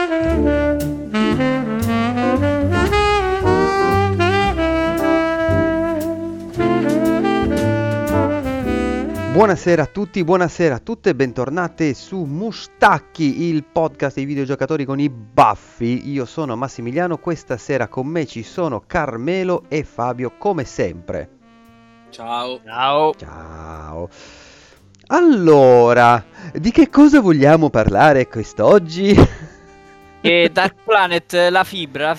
Buonasera a tutti, buonasera a tutte, bentornate su Mustacchi, il podcast dei videogiocatori con i baffi. Io sono Massimiliano, questa sera con me ci sono Carmelo e Fabio, come sempre. Ciao. Ciao. Ciao. Allora, di che cosa vogliamo parlare quest'oggi? E Dark Planet, la fibra.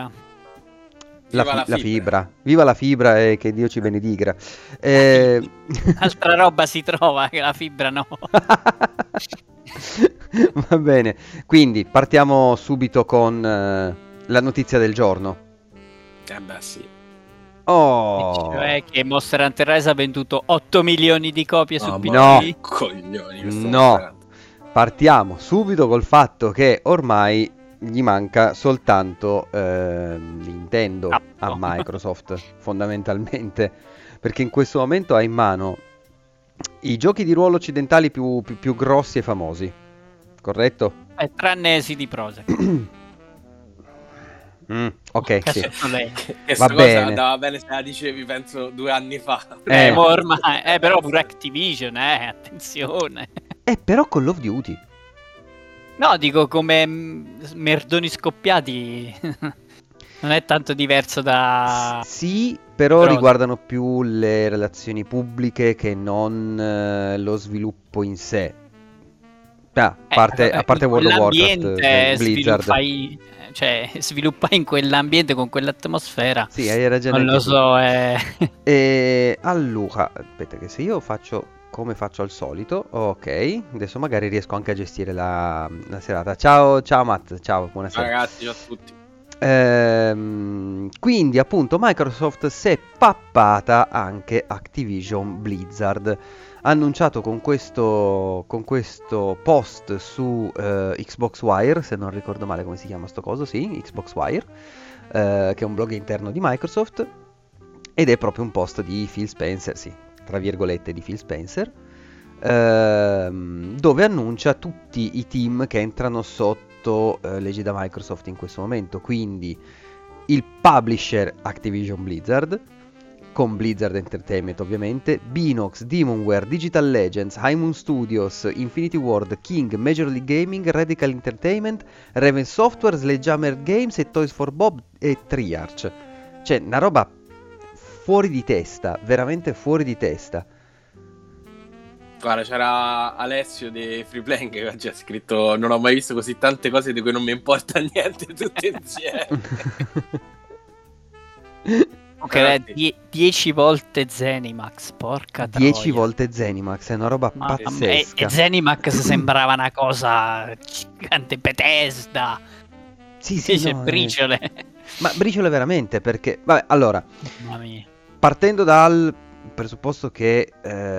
La fibra. Viva la fibra e che Dio ci benedica. Altra roba si trova, che la fibra no. Va bene, quindi partiamo subito con la notizia del giorno. Beh sì. Oh, Cioè che Monster Hunter Rise ha venduto 8 milioni di copie su PC. no. Coglioni, No, partiamo subito col fatto che ormai gli manca soltanto Nintendo a Microsoft, fondamentalmente, perché in questo momento ha in mano i giochi di ruolo occidentali più grossi e famosi, corretto? Tranne CD Projekt. Ok, sì. Che Va cosa bene. andava bene se la dicevi penso 2 anni fa. Ormai, però pure Activision, attenzione. Però Call of Duty. No, dico come merdoni scoppiati. Non è tanto diverso da... Sì, però Però- riguardano più le relazioni pubbliche che non lo sviluppo in sé. A parte World of Warcraft, Blizzard. Sviluppai in quell'ambiente con quell'atmosfera. Sì, hai ragione. Non lo anche tu. so, Allora, aspetta che se io faccio come faccio al solito, ok, adesso magari riesco anche a gestire la serata. Ciao Matt, ciao, buonasera. Ragazzi, ciao a tutti. Quindi appunto Microsoft si è pappata anche Activision Blizzard. Ha annunciato con questo post su Xbox Wire, se non ricordo male come si chiama sto coso, sì, Xbox Wire, che è un blog interno di Microsoft, ed è proprio un post di Phil Spencer, sì, tra virgolette di Phil Spencer, dove annuncia tutti i team che entrano sotto l'egida Microsoft in questo momento, quindi il publisher Activision Blizzard, con Blizzard Entertainment ovviamente, Beenox, Demonware, Digital Legends, High Moon Studios, Infinity Ward, King, Major League Gaming, Radical Entertainment, Raven Software, Sledgehammer Games e Toys for Bob e Triarch. Cioè, una roba fuori di testa, veramente fuori di testa. Guarda, c'era Alessio di Freeplaying che oggi ha scritto: non ho mai visto così tante cose di cui non mi importa niente tutte insieme. Ok, 10 volte Zenimax, porca 10 troia. volte Zenimax, è una roba pazzesca. E Zenimax sembrava una cosa gigante, Bethesda. Sì, Invece no, briciole. ma briciole veramente, perché... Vabbè, allora, Mamma mia. partendo dal presupposto che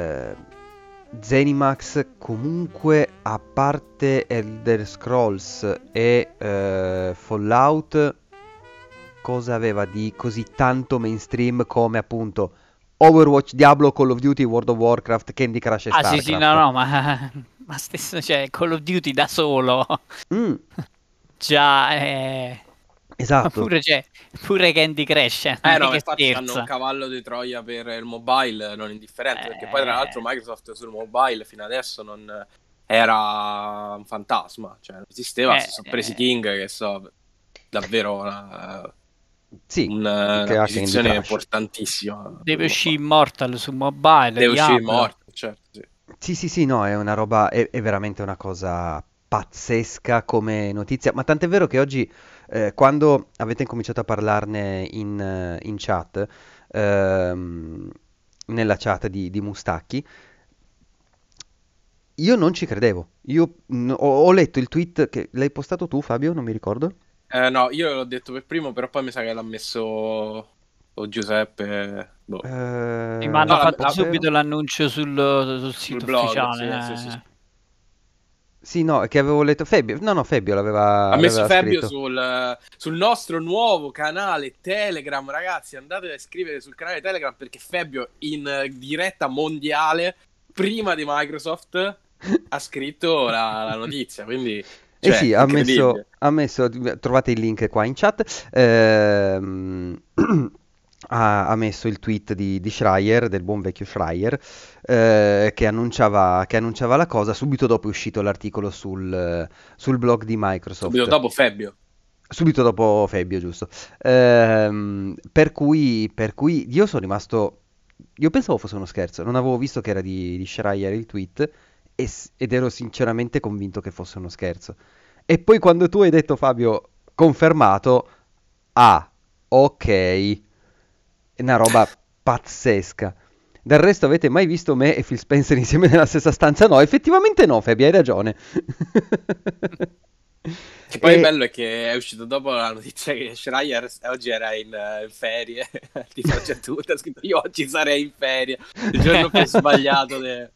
Zenimax comunque, a parte Elder Scrolls e Fallout, cosa aveva di così tanto mainstream come appunto Overwatch, Diablo, Call of Duty, World of Warcraft, Candy Crush e StarCraft? Sì, no, ma stesso, cioè Call of Duty da solo. Già Esatto. Pure Candy Crush. No, che infatti scherza. hanno un cavallo di Troia per il mobile non indifferente, perché poi tra l'altro Microsoft sul mobile fino adesso non era un fantasma, cioè non esisteva, si sono presi King, che davvero una posizione importantissima. Deve uscire Immortal su mobile. Deve uscire Immortal, certo. Sì, no, è una roba, è veramente una cosa pazzesca come notizia, ma tant'è vero che oggi, quando avete incominciato a parlarne in chat, nella chat di Mustacchi, io non ci credevo. Io ho letto il tweet che l'hai postato tu, Fabio, non mi ricordo. No, io l'ho detto per primo, però poi mi sa che l'ha messo Giuseppe. Ma hanno fatto subito l'annuncio sul sito blog, ufficiale. sì. Sì, no, che avevo letto Fabio. No, Fabio ha messo Fabio scritto sul nostro nuovo canale Telegram, ragazzi, andate a iscrivervi sul canale Telegram perché Fabio in diretta mondiale prima di Microsoft ha scritto la notizia, quindi Eh Cioè, sì, incredibile. trovate il link qua in chat, ha messo il tweet di Schreier, del buon vecchio Schreier, che annunciava la cosa. Subito dopo è uscito l'articolo sul blog di Subito Microsoft. dopo Fabio. Subito dopo Fabio, giusto. Per cui io sono rimasto. Io pensavo fosse uno scherzo, non avevo visto che era di Schreier il tweet ed ero sinceramente convinto che fosse uno scherzo. E poi quando tu hai detto, Fabio, confermato, ah, ok, è una roba pazzesca. Del resto, avete mai visto me e Phil Spencer insieme nella stessa stanza? No, effettivamente no, Fabio, hai ragione. Che poi il E bello è che è uscito dopo la notizia che Schreier oggi era in ferie. Tipo, c'è tutto, ha scritto io oggi sarei in ferie. Il giorno più sbagliato.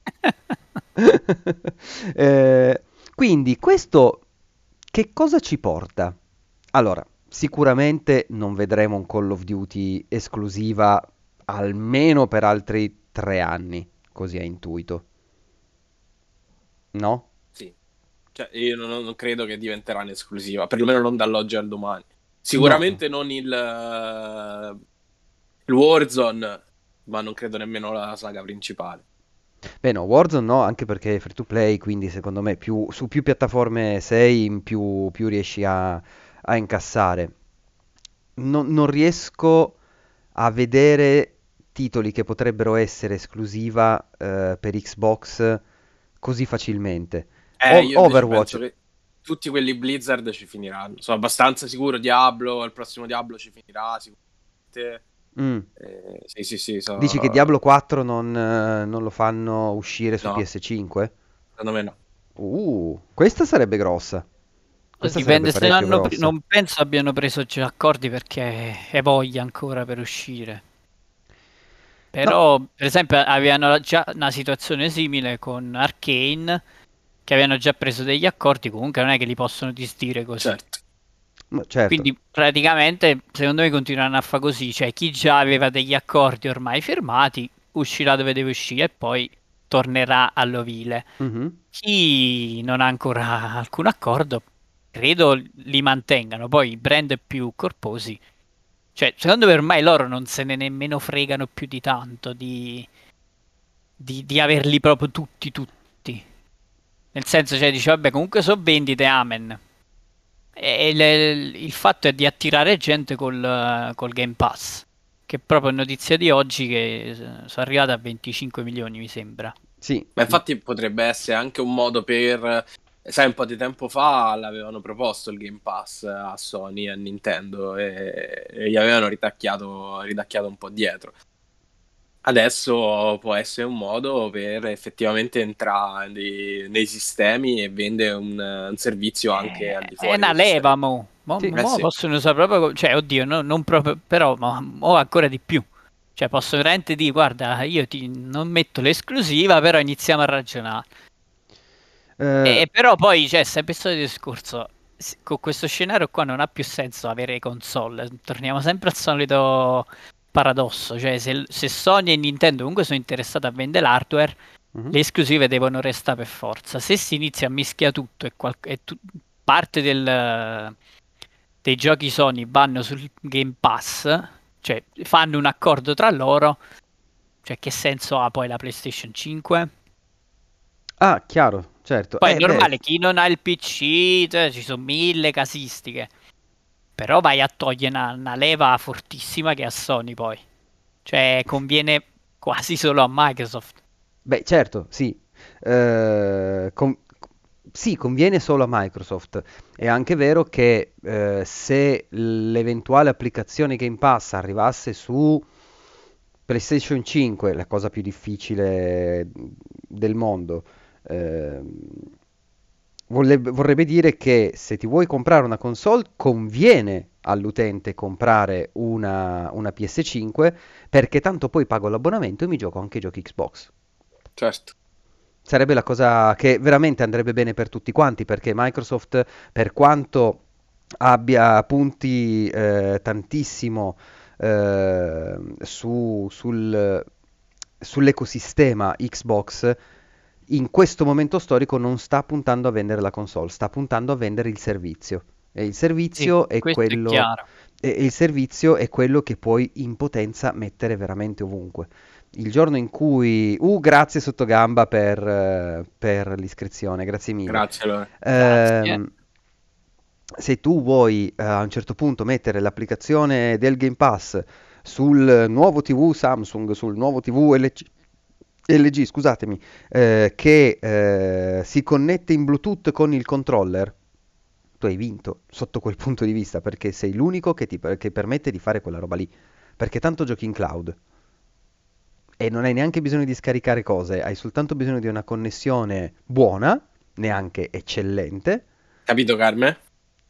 Eh, quindi questo che cosa ci porta? Allora, sicuramente non vedremo un Call of Duty esclusiva almeno per altri 3 anni, così a intuito, no? Sì, cioè io non credo che diventerà un'esclusiva, perlomeno non dall'oggi al domani. No. Sicuramente non il Warzone, ma non credo nemmeno la saga principale. Beh no, Warzone no, anche perché è free to play, quindi secondo me su più piattaforme sei, più riesci a incassare. Non riesco a vedere titoli che potrebbero essere esclusiva per Xbox così facilmente. Io invece penso Overwatch. che tutti quelli Blizzard ci finiranno. Sono abbastanza sicuro. Diablo, il prossimo Diablo ci finirà sicuramente. Mm. Sì, sì, sì. Dici che Diablo 4 non lo fanno uscire su No, PS5? secondo me no. Questa sarebbe grossa. Questa sarebbe Dipende se parecchio grossa. non penso abbiano preso già accordi perché è voglia ancora per uscire. No, Però, per esempio, avevano già una situazione simile con Arcane, che avevano già preso degli accordi, comunque non è che li possono disdire così. Certo. ma certo. Quindi praticamente, secondo me, continueranno a fare così, cioè chi già aveva degli accordi ormai firmati, uscirà dove deve uscire e poi tornerà all'ovile. Mhm. Chi non ha ancora alcun accordo, credo li mantengano. Poi i brand più corposi, cioè, secondo me ormai loro non se ne nemmeno fregano più di tanto di averli proprio tutti. Nel senso, cioè, dice, vabbè, comunque so vendite, amen. E il fatto è di attirare gente col Game Pass, che è proprio notizia di oggi che sono arrivate a 25 milioni, mi sembra. Sì. Ma infatti potrebbe essere anche un modo per... Sai, un po' di tempo fa l'avevano proposto il Game Pass a Sony e a Nintendo e gli avevano ridacchiato un po' dietro. Adesso può essere un modo per effettivamente entrare nei sistemi e vendere un servizio anche al di È fuori una dei sistemi. leva, mo. Mo, Sì. Eh mo sì, possono usare proprio, cioè, oddio, non proprio, però, mo ancora di più. Cioè, posso veramente dire, guarda, io non metto l'esclusiva, però iniziamo a ragionare. Eh, E però poi, cioè, sempre il solito discorso, con questo scenario qua non ha più senso avere console. Torniamo sempre al solito paradosso, cioè se Sony e Nintendo comunque sono interessate a vendere l'hardware, mhm. le esclusive devono restare per forza. Se si inizia a mischiare tutto e parte dei giochi Sony vanno sul Game Pass, cioè fanno un accordo tra loro, cioè che senso ha poi la PlayStation 5? Ah, chiaro, certo. Poi è Beh, normale, chi non ha il PC, cioè, ci sono mille casistiche, però vai a togliere una leva fortissima che ha Sony poi. Cioè, conviene quasi solo a Microsoft. certo, sì. Sì, conviene solo a Microsoft. È anche vero che se l'eventuale applicazione Game Pass arrivasse su PlayStation 5, la cosa più difficile del mondo, ehm, vorrebbe dire che se ti vuoi comprare una console, conviene all'utente comprare una PS5 perché tanto poi pago l'abbonamento e mi gioco anche i giochi Xbox. certo. Sarebbe la cosa che veramente andrebbe bene per tutti quanti, perché Microsoft, per quanto punti tantissimo sull'ecosistema Xbox, in questo momento storico non sta puntando a vendere la console, sta puntando a vendere il servizio. E il Sì, servizio è questo è quello, chiaro. e il servizio è quello che puoi in potenza mettere veramente ovunque. Il giorno in cui... grazie Sottogamba per l'iscrizione, grazie mille. Grazie allora. Grazie. Ehm, Se tu vuoi a un certo punto mettere l'applicazione del Game Pass sul nuovo TV Samsung, sul nuovo TV LG, scusatemi, che si connette in Bluetooth con il controller, tu hai vinto sotto quel punto di vista perché sei l'unico che permette di fare quella roba lì. Perché tanto giochi in cloud e non hai neanche bisogno di scaricare cose, hai soltanto bisogno di una connessione buona, neanche eccellente. Capito, Carme?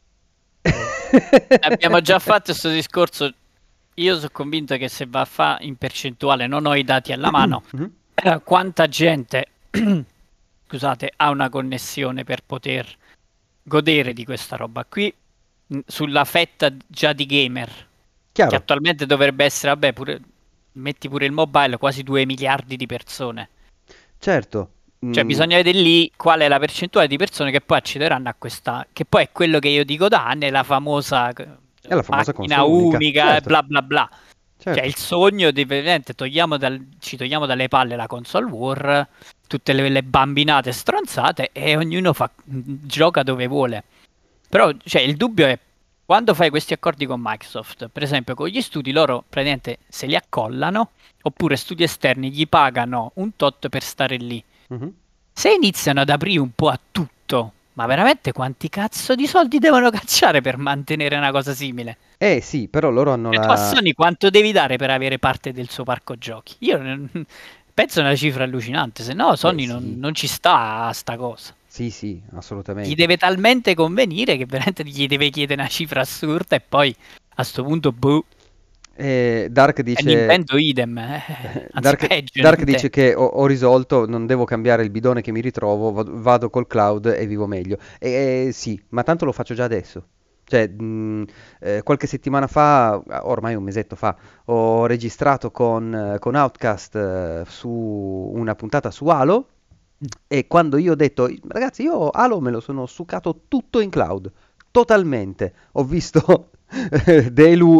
Abbiamo già fatto questo discorso. Io sono convinto che se va a fare in percentuale, non ho i dati alla mano, Mhm. quanta gente, scusate, ha una connessione per poter godere di questa roba qui sulla fetta già di gamer, che Chiaro, attualmente dovrebbe essere, vabbè, metti pure il mobile, quasi 2 miliardi di persone. certo. Cioè, Mm, bisogna vedere lì qual è la percentuale di persone che poi accederanno a questa, che poi è quello che io dico da anni, è la famosa è la famosa macchina console unica, unica e certo, bla bla bla. Cioè, certo. il sogno di veramente ci togliamo dalle palle la console war, tutte le bambinate stronzate e ognuno gioca dove vuole. Però, cioè, il dubbio è quando fai questi accordi con Microsoft, per esempio con gli studi, loro praticamente se li accollano, oppure studi esterni gli pagano un tot per stare lì. Mhm. Se iniziano ad aprire un po' a tutto, ma veramente quanti cazzo di soldi devono cacciare per mantenere una cosa simile? Eh sì, però loro hanno Cioè, tu a la... Sony quanto devi dare per avere parte del suo parco giochi? Io penso è una cifra allucinante, se no Beh Sony sì, non ci sta a sta cosa. sì, sì, Gli assolutamente. deve talmente convenire che veramente gli deve chiedere una cifra assurda e poi a sto punto, boh, Dark e dice... Nintendo idem, anzi Dark, peggio Dark dice Nintendo. che ho risolto, non devo cambiare il bidone che mi ritrovo, vado col cloud e vivo meglio. Sì, ma tanto lo faccio già adesso. Cioè, qualche settimana fa, ormai un mesetto fa, ho registrato con Outcast su una puntata su Halo e quando io ho detto, ragazzi, io Halo me lo sono succato tutto in cloud, totalmente. Ho visto Delu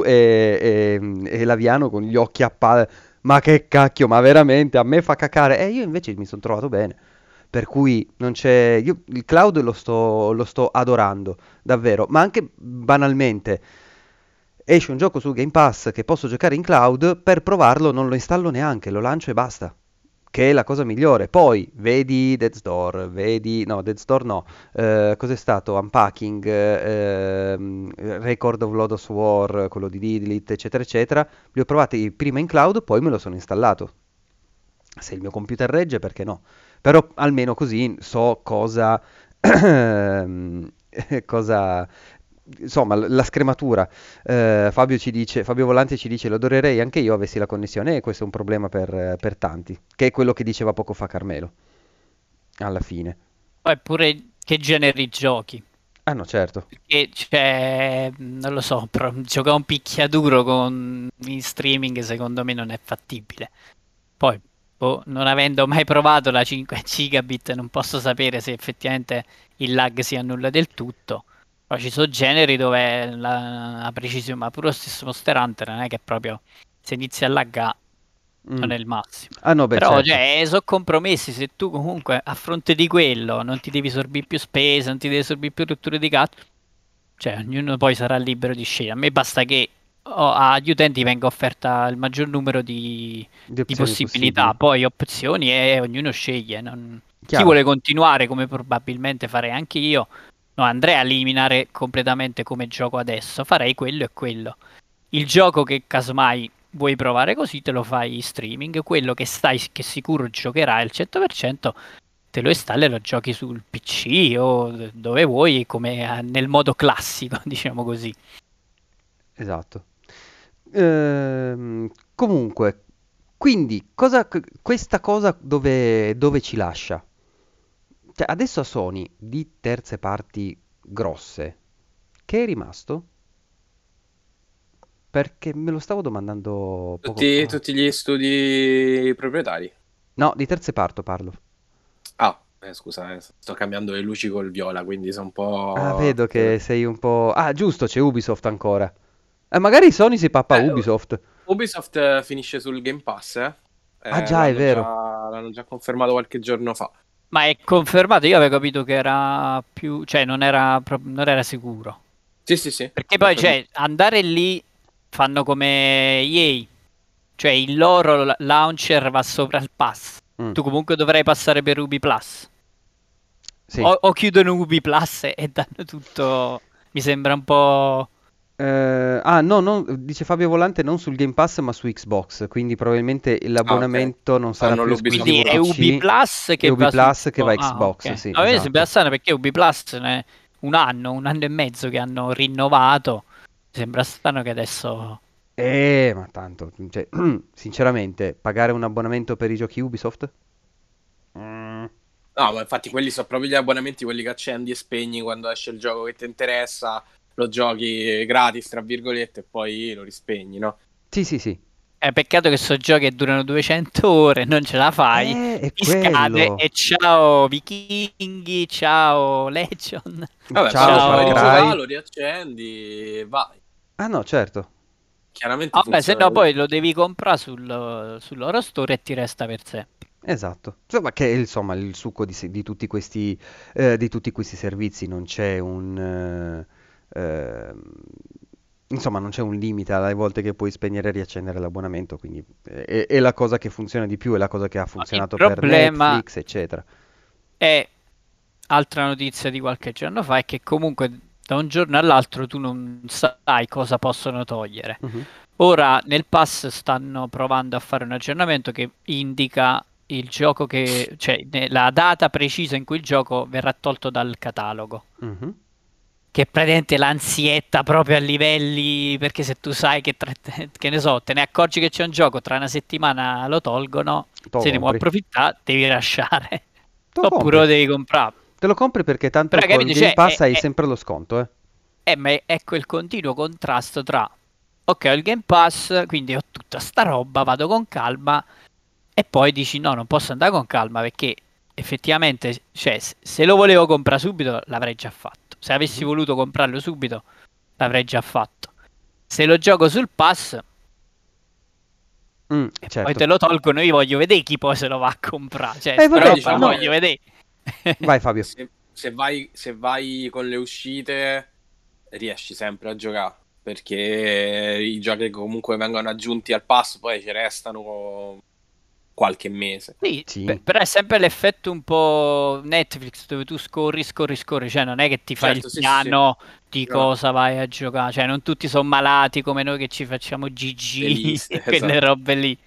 e Laviano con gli occhi a palla. Ma che cacchio, ma veramente a me fa cacare. E io invece mi sono trovato bene. Per cui non c'è. Io il cloud lo sto adorando, davvero. Ma anche banalmente. Esce un gioco su Game Pass che posso giocare in cloud, per provarlo non lo installo neanche, lo lancio e basta. Che è la cosa migliore. Poi vedi Death's Door, vedi. No, Death's Door no. Cos'è stato? Unpacking, Record of Lodoss War, quello di Diddlit, eccetera, eccetera. Li ho provati prima in cloud, poi me lo sono installato. Se il mio computer regge, perché no? Però almeno così so cosa, cosa, insomma, la scrematura. Fabio Volante ci dice, lo adorerei anche io avessi la connessione e questo è un problema per tanti, che è quello che diceva poco fa Carmelo, alla fine. Poi pure che generi giochi. Ah no, certo. Perché c'è, non lo so, giocare un picchiaduro con in streaming secondo me non è fattibile. Poi, boh, non avendo mai provato la 5 gigabit, non posso sapere se effettivamente il lag si annulla del tutto. Però ci sono generi dove la precisione, ma pure lo stesso Monster Hunter non è che proprio se inizi a laggare Mm. non è il massimo. Ah no, beh, Però, certo. cioè, sono compromessi. Se tu comunque a fronte di quello non ti devi sorbire più spese, non ti devi sorbire più rotture di cazzo, cioè, ognuno poi sarà libero di scegliere. A me basta che agli utenti venga offerta il maggior numero Di di opzioni possibilità, possibili. poi opzioni e ognuno sceglie. Chi Chiaro. vuole continuare, come probabilmente farei anche io, no, andrei a eliminare completamente come gioco adesso. Farei quello e quello. Il gioco che casomai vuoi provare così te lo fai in streaming, quello che sicuro giocherai al 100% te lo installi e lo giochi sul PC o dove vuoi, come nel modo classico, diciamo così. Esatto. Comunque, quindi, questa cosa dove ci lascia? Cioè, adesso a Sony di terze parti grosse, che è rimasto? Perché me lo stavo domandando poco Tutti, fa. tutti gli studi proprietari. No, di terze parti parlo. Scusa, sto cambiando le luci col viola, quindi sono un po'... Ah, vedo che sei un po'... Ah, giusto, c'è Ubisoft ancora. Magari Sony si pappa Ubisoft. Ubisoft finisce sul Game Pass, eh? Ah, già, è vero. L'hanno già confermato qualche giorno fa. Ma è confermato? Io avevo capito che era più... cioè non era sicuro. Sì. Perché poi, andare lì fanno come EA. Cioè il loro launcher va sopra il pass. Tu comunque dovrai passare per Ubi Plus. Sì. O chiudono Ubi Plus e danno tutto... Mi sembra un po'... no, dice Fabio Volante non sul Game Pass ma su Xbox, quindi probabilmente l'abbonamento non sarà più esclusivo quindi è Ubi Plus che va Plus che va Xbox, okay. sì, A me esatto. sembra strano perché Ubi Plus è un anno e mezzo che hanno rinnovato. Sembra strano che adesso... ma tanto, cioè, sinceramente, pagare un abbonamento per i giochi Ubisoft? No, ma infatti quelli sono proprio gli abbonamenti, quelli che accendi e spegni quando esce il gioco che ti interessa, lo giochi gratis, tra virgolette, e poi lo rispegni, no? Sì. È peccato che so giochi che durano 200 ore, non ce la fai, ti scade e ciao vichinghi, ciao Legion. Vabbè, ciao, lo riaccendi e vai. Ah no, certo. Chiaramente vabbè, se no poi lo devi comprare sul loro store e ti resta per sempre. Esatto, insomma, che è il succo di tutti questi servizi, non c'è insomma, non c'è un limite alle volte che puoi spegnere e riaccendere l'abbonamento, quindi è la cosa che funziona di più, è la cosa che ha funzionato per Netflix, eccetera. E altra notizia di qualche giorno fa è che comunque da un giorno all'altro tu non sai cosa possono togliere. Ora nel pass stanno provando a fare un aggiornamento che indica il gioco cioè la data precisa in cui il gioco verrà tolto dal catalogo. Che è praticamente l'ansietta proprio a livelli, perché se tu sai che ne so, te ne accorgi che c'è un gioco, tra una settimana lo tolgono, se ne può approfittare, devi lasciare. Oppure lo devi comprare. Te lo compri perché tanto con il Game Pass hai sempre lo sconto, ma ecco il continuo contrasto tra ok, ho il Game Pass, quindi ho tutta sta roba, vado con calma, e poi dici no, non posso andare con calma perché effettivamente, cioè, se lo volevo comprare subito l'avrei già fatto. Se avessi voluto comprarlo subito l'avrei già fatto. Se lo gioco sul pass certo. poi te lo tolgono, io voglio vedere chi poi se lo va a comprare. Cioè, però diciamo, voglio vedere. Vai Fabio. Se vai con le uscite riesci sempre a giocare, perché i giochi che comunque vengono aggiunti al pass poi ci restano qualche mese. Sì. Però è sempre l'effetto un po' Netflix dove tu scorri, cioè non è che ti fai il piano di cosa vai a giocare, cioè non tutti sono malati come noi che ci facciamo GG e quelle robe lì.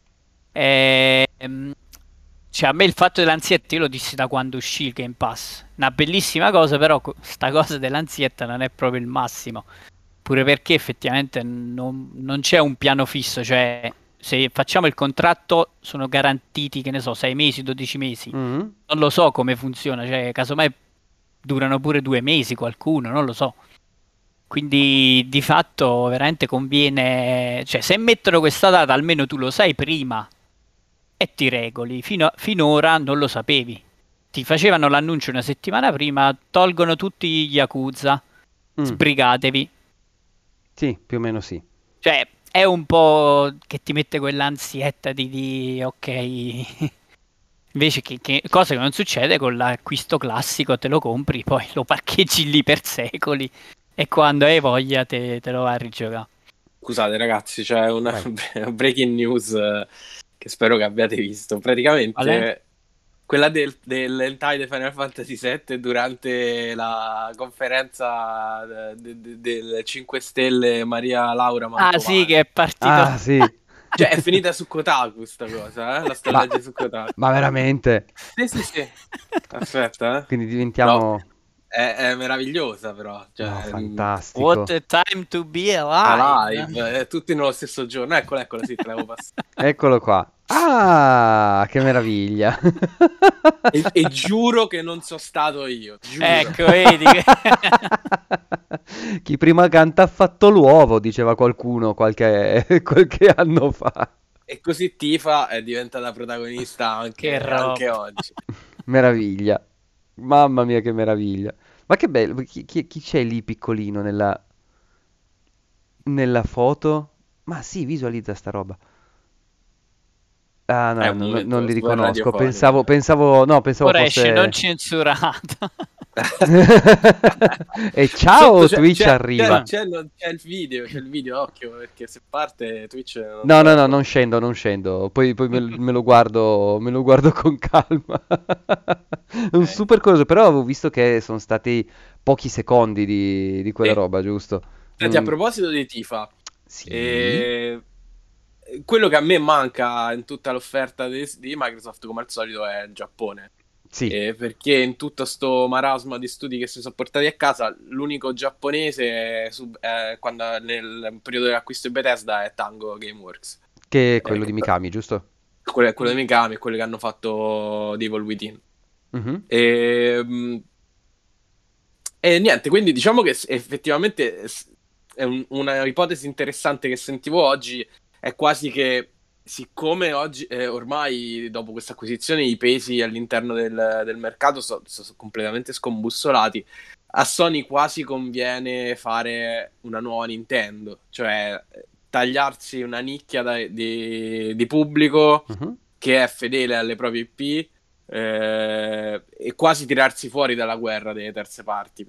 Cioè a me il fatto dell'ansietta, io lo dissi da quando uscì il Game Pass, una bellissima cosa, però sta cosa dell'ansietta non è proprio il massimo, pure perché effettivamente non c'è un piano fisso, cioè se facciamo il contratto sono garantiti, che ne so, 6 mesi, 12 mesi. Non lo so come funziona, cioè casomai durano pure 2 mesi qualcuno, non lo so. Quindi di fatto veramente conviene, cioè se mettono questa data almeno tu lo sai prima e ti regoli. Finora non lo sapevi. Ti facevano l'annuncio una settimana prima, tolgono tutti gli Yakuza, sbrigatevi. Sì, più o meno sì. Cioè è un po' che ti mette quell'ansietta di ok, invece che cosa che non succede con l'acquisto classico, te lo compri, poi lo parcheggi lì per secoli e quando hai voglia te lo vai a rigiocare. Scusate ragazzi, c'è una breaking news che spero che abbiate visto. Praticamente quella dell'hentai di Final Fantasy VII durante la conferenza del 5 Stelle Maria Laura Mantovani. Ah sì, che è partito. Ah sì. Cioè è finita su Kotaku sta cosa, la sto leggendo su Kotaku. Ma veramente? Sì. Aspetta, Quindi diventiamo... No, è meravigliosa però. Cioè, no, fantastico. What a time to be alive. Tutti nello stesso giorno. Eccola, sì, te l'avevo passato. Eccolo qua. Ah, che meraviglia. E giuro che non sono stato io. Giuro. Ecco, vedi che... Chi prima canta ha fatto l'uovo, diceva qualcuno qualche anno fa. E così Tifa è diventata protagonista anche oggi. Meraviglia. Mamma mia, che meraviglia. Ma che bello. Chi c'è lì piccolino nella foto? Ma sì, visualizza sta roba. Ah, È no, un non momento li super riconosco. radiofonico. No, pensavo Ora esce non fosse... censurato. E Sotto ciao, Twitch arriva. c'è il video, occhio, perché se parte Twitch non No, te no, la no, ricordo. non scendo. Poi me lo guardo con calma. Un Ok. super curioso, però avevo visto che sono stati pochi secondi di quella Sì. roba, giusto? Senti, a proposito dei Tifa, Sì, eh, quello che a me manca in tutta l'offerta di Microsoft, come al solito, è il Giappone. sì. Perché in tutto sto marasma di studi che si sono portati a casa, l'unico giapponese nel periodo dell'acquisto di Bethesda è Tango Gameworks. Che è quello Che di Mikami, giusto? quello di Mikami, quello che hanno fatto Devil Within. Mhm. E, e niente, quindi diciamo che effettivamente è una ipotesi interessante che sentivo oggi, è quasi che siccome oggi ormai dopo questa acquisizione i pesi all'interno del mercato sono completamente scombussolati, a Sony quasi conviene fare una nuova Nintendo, cioè tagliarsi una nicchia di pubblico Mhm. che è fedele alle proprie IP, e quasi tirarsi fuori dalla guerra delle terze parti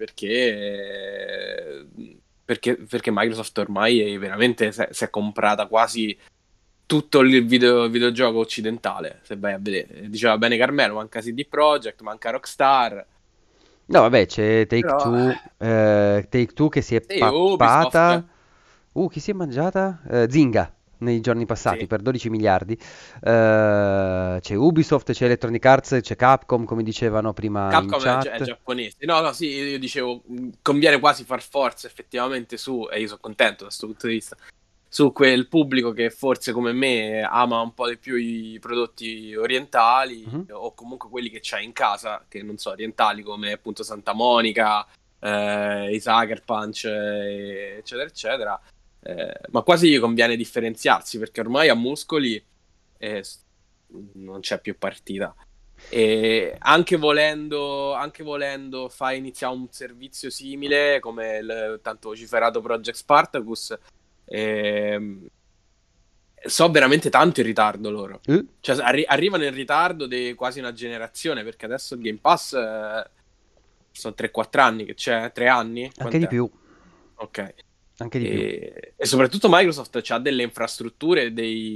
perché Microsoft ormai veramente si è comprata quasi tutto il videogioco occidentale, se vai a vedere. Diceva bene Carmelo, manca CD Projekt, manca Rockstar, No, vabbè, c'è però Take Two che si è sì, Ubisoft, pappata. Chi si è mangiata? Zynga nei giorni passati sì. per 12 miliardi. C'è Ubisoft, c'è Electronic Arts, c'è Capcom, come dicevano prima in Capcom è chat. giapponese. No, no, sì, io dicevo, conviene quasi far forza effettivamente su, e io sono contento da questo punto di vista, su quel pubblico che forse come me ama un po' di più i prodotti orientali Mhm. o comunque quelli che c'hai in casa, che non so, orientali come appunto Santa Monica, i Sucker Punch, eccetera, eccetera. Ma quasi gli conviene differenziarsi perché ormai a muscoli non c'è più partita. E anche volendo fai iniziare un servizio simile come il tanto vociferato Project Spartacus, ehm, so veramente tanto in ritardo loro. Eh, Cioè, arrivano in ritardo di quasi una generazione, perché adesso il Game Pass sono 3-4 anni che c'è, 3 anni? Anche di Quant'è? più, Ok. anche di più. E soprattutto Microsoft ha delle infrastrutture,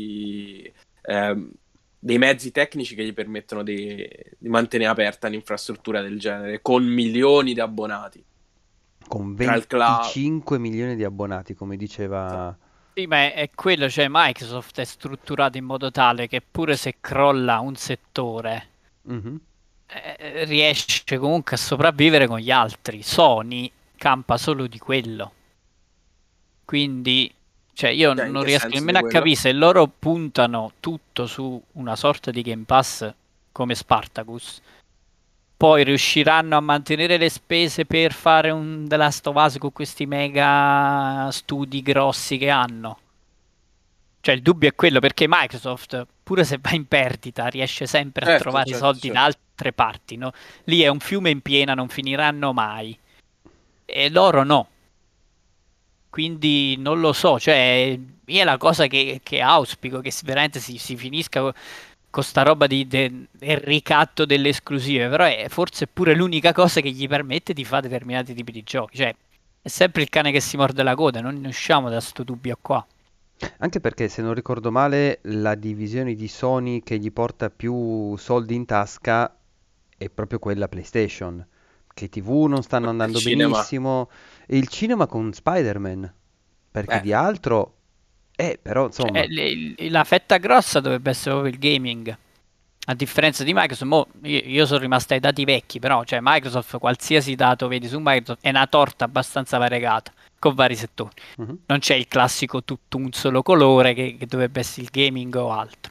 dei mezzi tecnici che gli permettono di mantenere aperta un'infrastruttura del genere, con milioni di abbonati Con tra il cloud. 25 milioni di abbonati, come diceva... Sì, ma è quello, cioè Microsoft è strutturato in modo tale che pure se crolla un settore, Mhm. riesce comunque a sopravvivere con gli altri. Sony campa solo di quello. Quindi, cioè, io Cioè, in non che riesco senso di nemmeno a quello? capire se loro puntano tutto su una sorta di Game Pass come Spartacus. Poi riusciranno a mantenere le spese per fare un The Last of Us con questi mega studi grossi che hanno. Cioè, il dubbio è quello perché Microsoft, pure se va in perdita, riesce sempre a Certo, trovare i certo, soldi da certo. altre parti, no? Lì è un fiume in piena, non finiranno mai. E loro no. Quindi non lo so, cioè, io è la cosa che auspico, che veramente si finisca con sta roba del ricatto delle esclusive, però è forse pure l'unica cosa che gli permette di fare determinati tipi di giochi, cioè, è sempre il cane che si morde la coda, non ne usciamo da sto dubbio qua. Anche perché, se non ricordo male, la divisione di Sony che gli porta più soldi in tasca è proprio quella PlayStation. Che i TV non stanno Il andando cinema. benissimo. E il cinema con Spider-Man. Perché Eh, di altro... però Cioè, insomma... la fetta grossa dovrebbe essere proprio il gaming. A differenza di Microsoft, io sono rimasto ai dati vecchi, però cioè Microsoft, qualsiasi dato vedi su Microsoft, è una torta abbastanza variegata, con vari settori. Mhm. Non c'è il classico tutto un solo colore che dovrebbe essere il gaming o altro.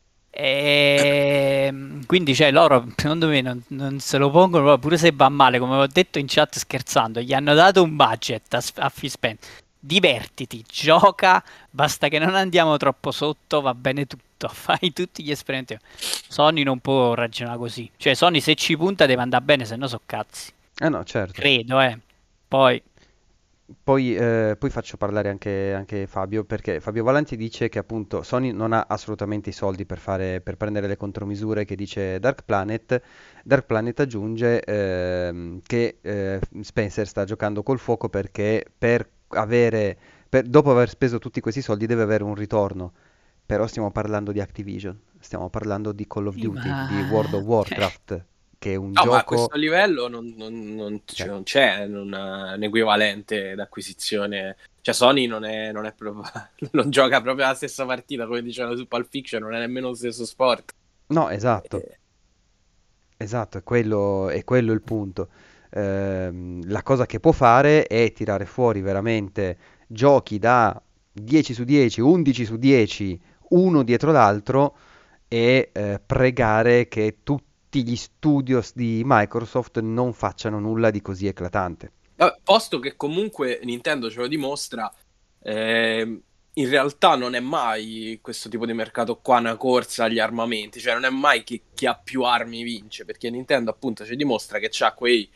Quindi cioè, loro, secondo me, non se lo pongono proprio, pure se va male, come ho detto in chat scherzando, gli hanno dato un budget a Phil Spencer. Divertiti, gioca, basta che non andiamo troppo sotto, va bene tutto. tutto, fai tutti gli esperimenti. Sony non può ragionare così. Cioè, Sony se ci punta deve andare bene, se no so cazzi. No, certo. Credo, Poi... Poi faccio parlare anche Fabio, perché Fabio Valanti dice che appunto Sony non ha assolutamente i soldi per prendere le contromisure che dice Dark Planet. Dark Planet aggiunge che Spencer sta giocando col fuoco perché dopo aver speso tutti questi soldi deve avere un ritorno. Però stiamo parlando di Activision, stiamo parlando di Call of Sì, Duty, di World of Warcraft, che è un No, ma a gioco... questo livello non c'è un equivalente d'acquisizione. Cioè, Sony non è proprio, non gioca proprio la stessa partita, come dicevano su Pulp Fiction, non è nemmeno lo stesso sport. No, esatto. Eh, Esatto, è quello il punto. La cosa che può fare è tirare fuori veramente giochi da 10 su 10, 11 su 10, uno dietro l'altro e pregare che tutti gli studios di Microsoft non facciano nulla di così eclatante. Posto che comunque Nintendo ce lo dimostra, in realtà non è mai questo tipo di mercato qua una corsa agli armamenti, cioè non è mai chi ha più armi vince, perché Nintendo appunto ci dimostra che c'ha quei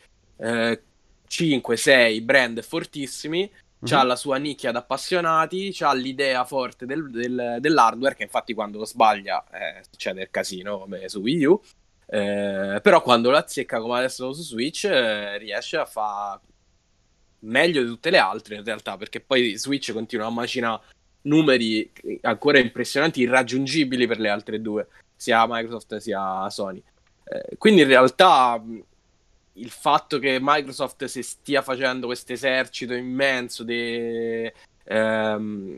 5-6 brand fortissimi, c'ha Mhm. la sua nicchia di appassionati, c'ha l'idea forte dell'hardware, che infatti quando sbaglia succede il casino come su Wii U. Però quando lo azzecca come adesso su Switch riesce a fare meglio di tutte le altre in realtà, perché poi Switch continua a macinare numeri ancora impressionanti, irraggiungibili per le altre due, sia Microsoft sia Sony. Quindi in realtà il fatto che Microsoft si stia facendo questo esercito immenso ehm,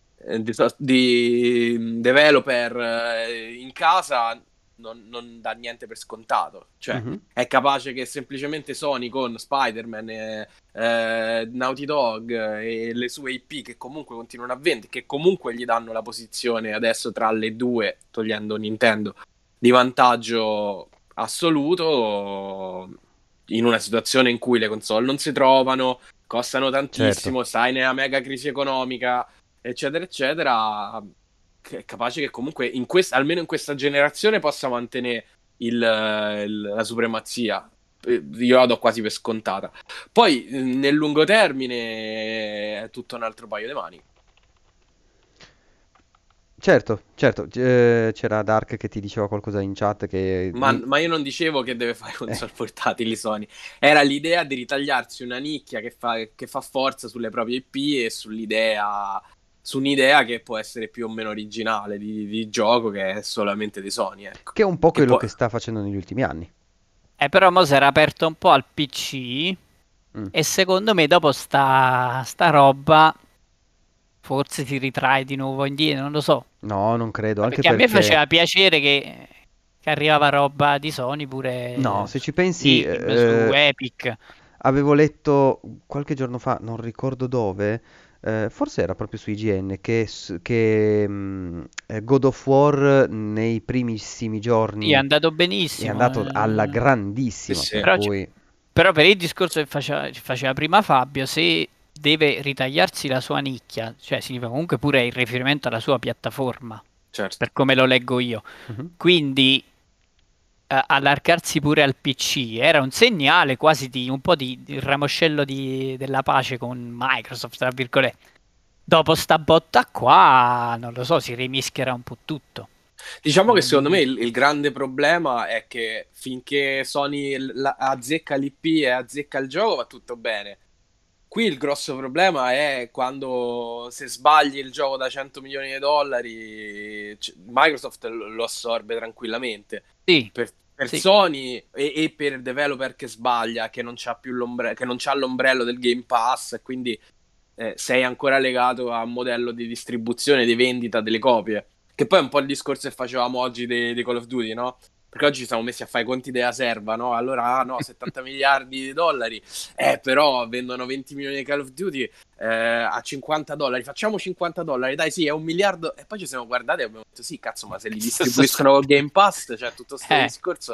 di developer in casa non dà niente per scontato. Cioè, Mhm. è capace che semplicemente Sony con Spider-Man, Naughty Dog e le sue IP che comunque continuano a vendere, che comunque gli danno la posizione adesso tra le due, togliendo Nintendo, di vantaggio assoluto in una situazione in cui le console non si trovano, costano Certo. tantissimo, stai nella mega crisi economica, eccetera, eccetera, che è capace che comunque almeno in questa generazione possa mantenere la supremazia. Io la do quasi per scontata. Poi nel lungo termine è tutto un altro paio di mani. Certo, certo, c'era Dark che ti diceva qualcosa in chat che... Ma io non dicevo che deve fare console portatili Sony, era l'idea di ritagliarsi una nicchia che fa forza sulle proprie IP e su un'idea che può essere più o meno originale di gioco che è solamente di Sony, ecco. che è un po' Che quello poi, che sta facendo negli ultimi anni. Però mo si era aperto un po' al PC Mm. e secondo me dopo sta roba forse si ritrae di nuovo indietro, non lo so. No, non credo, anche Perché a me perché... faceva piacere che arrivava roba di Sony No, pure se su ci pensi, Steam, su Epic. avevo letto qualche giorno fa, non ricordo dove, forse era proprio su IGN, che God of War nei primissimi Sì, è giorni andato è benissimo. andato alla sì, grandissima, sì. per cui... Però per il discorso che faceva prima Fabio, se deve ritagliarsi la sua nicchia, cioè significa comunque pure il riferimento alla sua piattaforma, Certo. per come lo leggo io. Mhm. Quindi allargarsi pure al PC era un segnale quasi di un po' di ramoscello della pace con Microsoft, tra virgolette. Dopo sta botta qua, non lo so, si rimischierà un po' tutto. Diciamo che secondo Mm. me il grande problema è che finché Sony azzecca l'IP e azzecca il gioco va tutto bene. Qui il grosso problema è quando se sbagli il gioco da 100 milioni di dollari, Microsoft lo assorbe tranquillamente. Sì, Per sì. Sony e per il developer che sbaglia, che non c'ha più che non c'ha l'ombrello del Game Pass, e quindi sei ancora legato a un modello di distribuzione, di vendita delle copie. Che poi è un po' il discorso che facevamo oggi di Call of Duty, no? Perché oggi siamo messi a fare i conti della serva, no? Allora, no, 70 miliardi di dollari, però vendono 20 milioni di Call of Duty a 50 dollari. Facciamo 50 dollari, dai, sì, è 1 miliardo. E poi ci siamo guardati e abbiamo detto, sì, cazzo, ma se li distribuiscono col Game Pass, cioè tutto questo Eh, discorso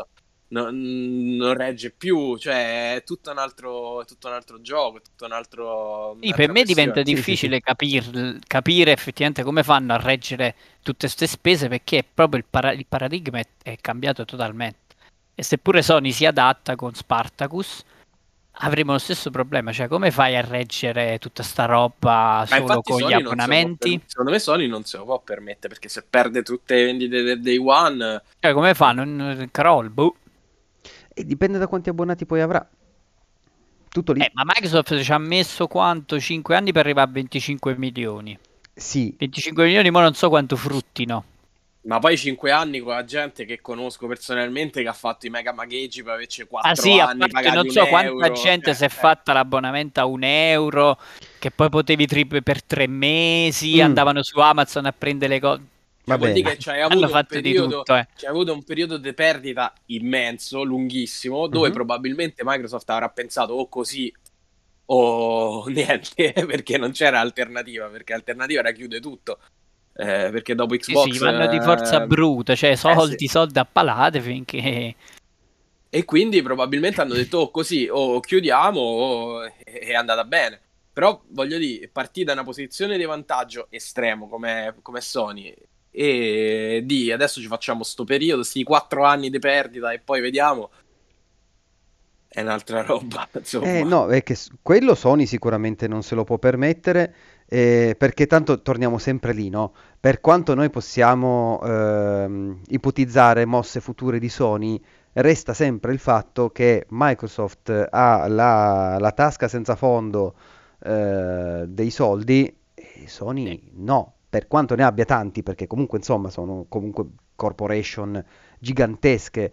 non regge più, cioè è tutto un altro gioco, è tutto Sì, per me diventa Sì, sì, difficile capire effettivamente come fanno a reggere tutte queste spese, perché proprio il paradigma è cambiato totalmente. E seppure Sony si adatta con Spartacus, avremo lo stesso problema, cioè come fai a reggere tutta sta roba Ma solo infatti con gli Sony non se lo può abbonamenti? secondo me Sony non se lo può permettere, perché se perde tutte le vendite del day one, Cioè come fanno? Un crawl, boh. E dipende da quanti abbonati poi avrà. Tutto lì. Ma Microsoft ci ha messo quanto? 5 anni per arrivare a 25 milioni. Sì, 25 milioni, ma non so quanto fruttino. ma poi 5 anni con la gente che conosco personalmente che ha fatto i mega magheggi per averci 4 Ah sì, a anni parte pagati non un so quanta euro. gente si è fatta l'abbonamento a 1 euro, che poi potevi per 3 mesi, andavano su Amazon a prendere le cose. va Vuol dire bene. che c'hai Hanno avuto un fatto di periodo, tutto, eh. c'hai avuto un periodo di perdita immenso, lunghissimo, dove Mhm. probabilmente Microsoft avrà pensato o così o niente, perché non c'era alternativa, perché l'alternativa era chiude tutto. Perché dopo Sì, sì, Xbox vanno di forza bruta, cioè sì. soldi a palate finché... E quindi probabilmente hanno detto o così o chiudiamo o è andata bene. Però voglio dire, partì da una posizione di vantaggio estremo come Sony e di adesso ci facciamo sto periodo, sti 4 anni di perdita e poi vediamo, è un'altra roba, insomma. No, è che quello Sony sicuramente non se lo può permettere, perché tanto torniamo sempre lì, no? Per quanto noi possiamo ipotizzare mosse future di Sony, resta sempre il fatto che Microsoft ha la tasca senza fondo dei soldi e Sì. Sony no, per quanto ne abbia tanti, perché comunque insomma sono comunque corporation gigantesche.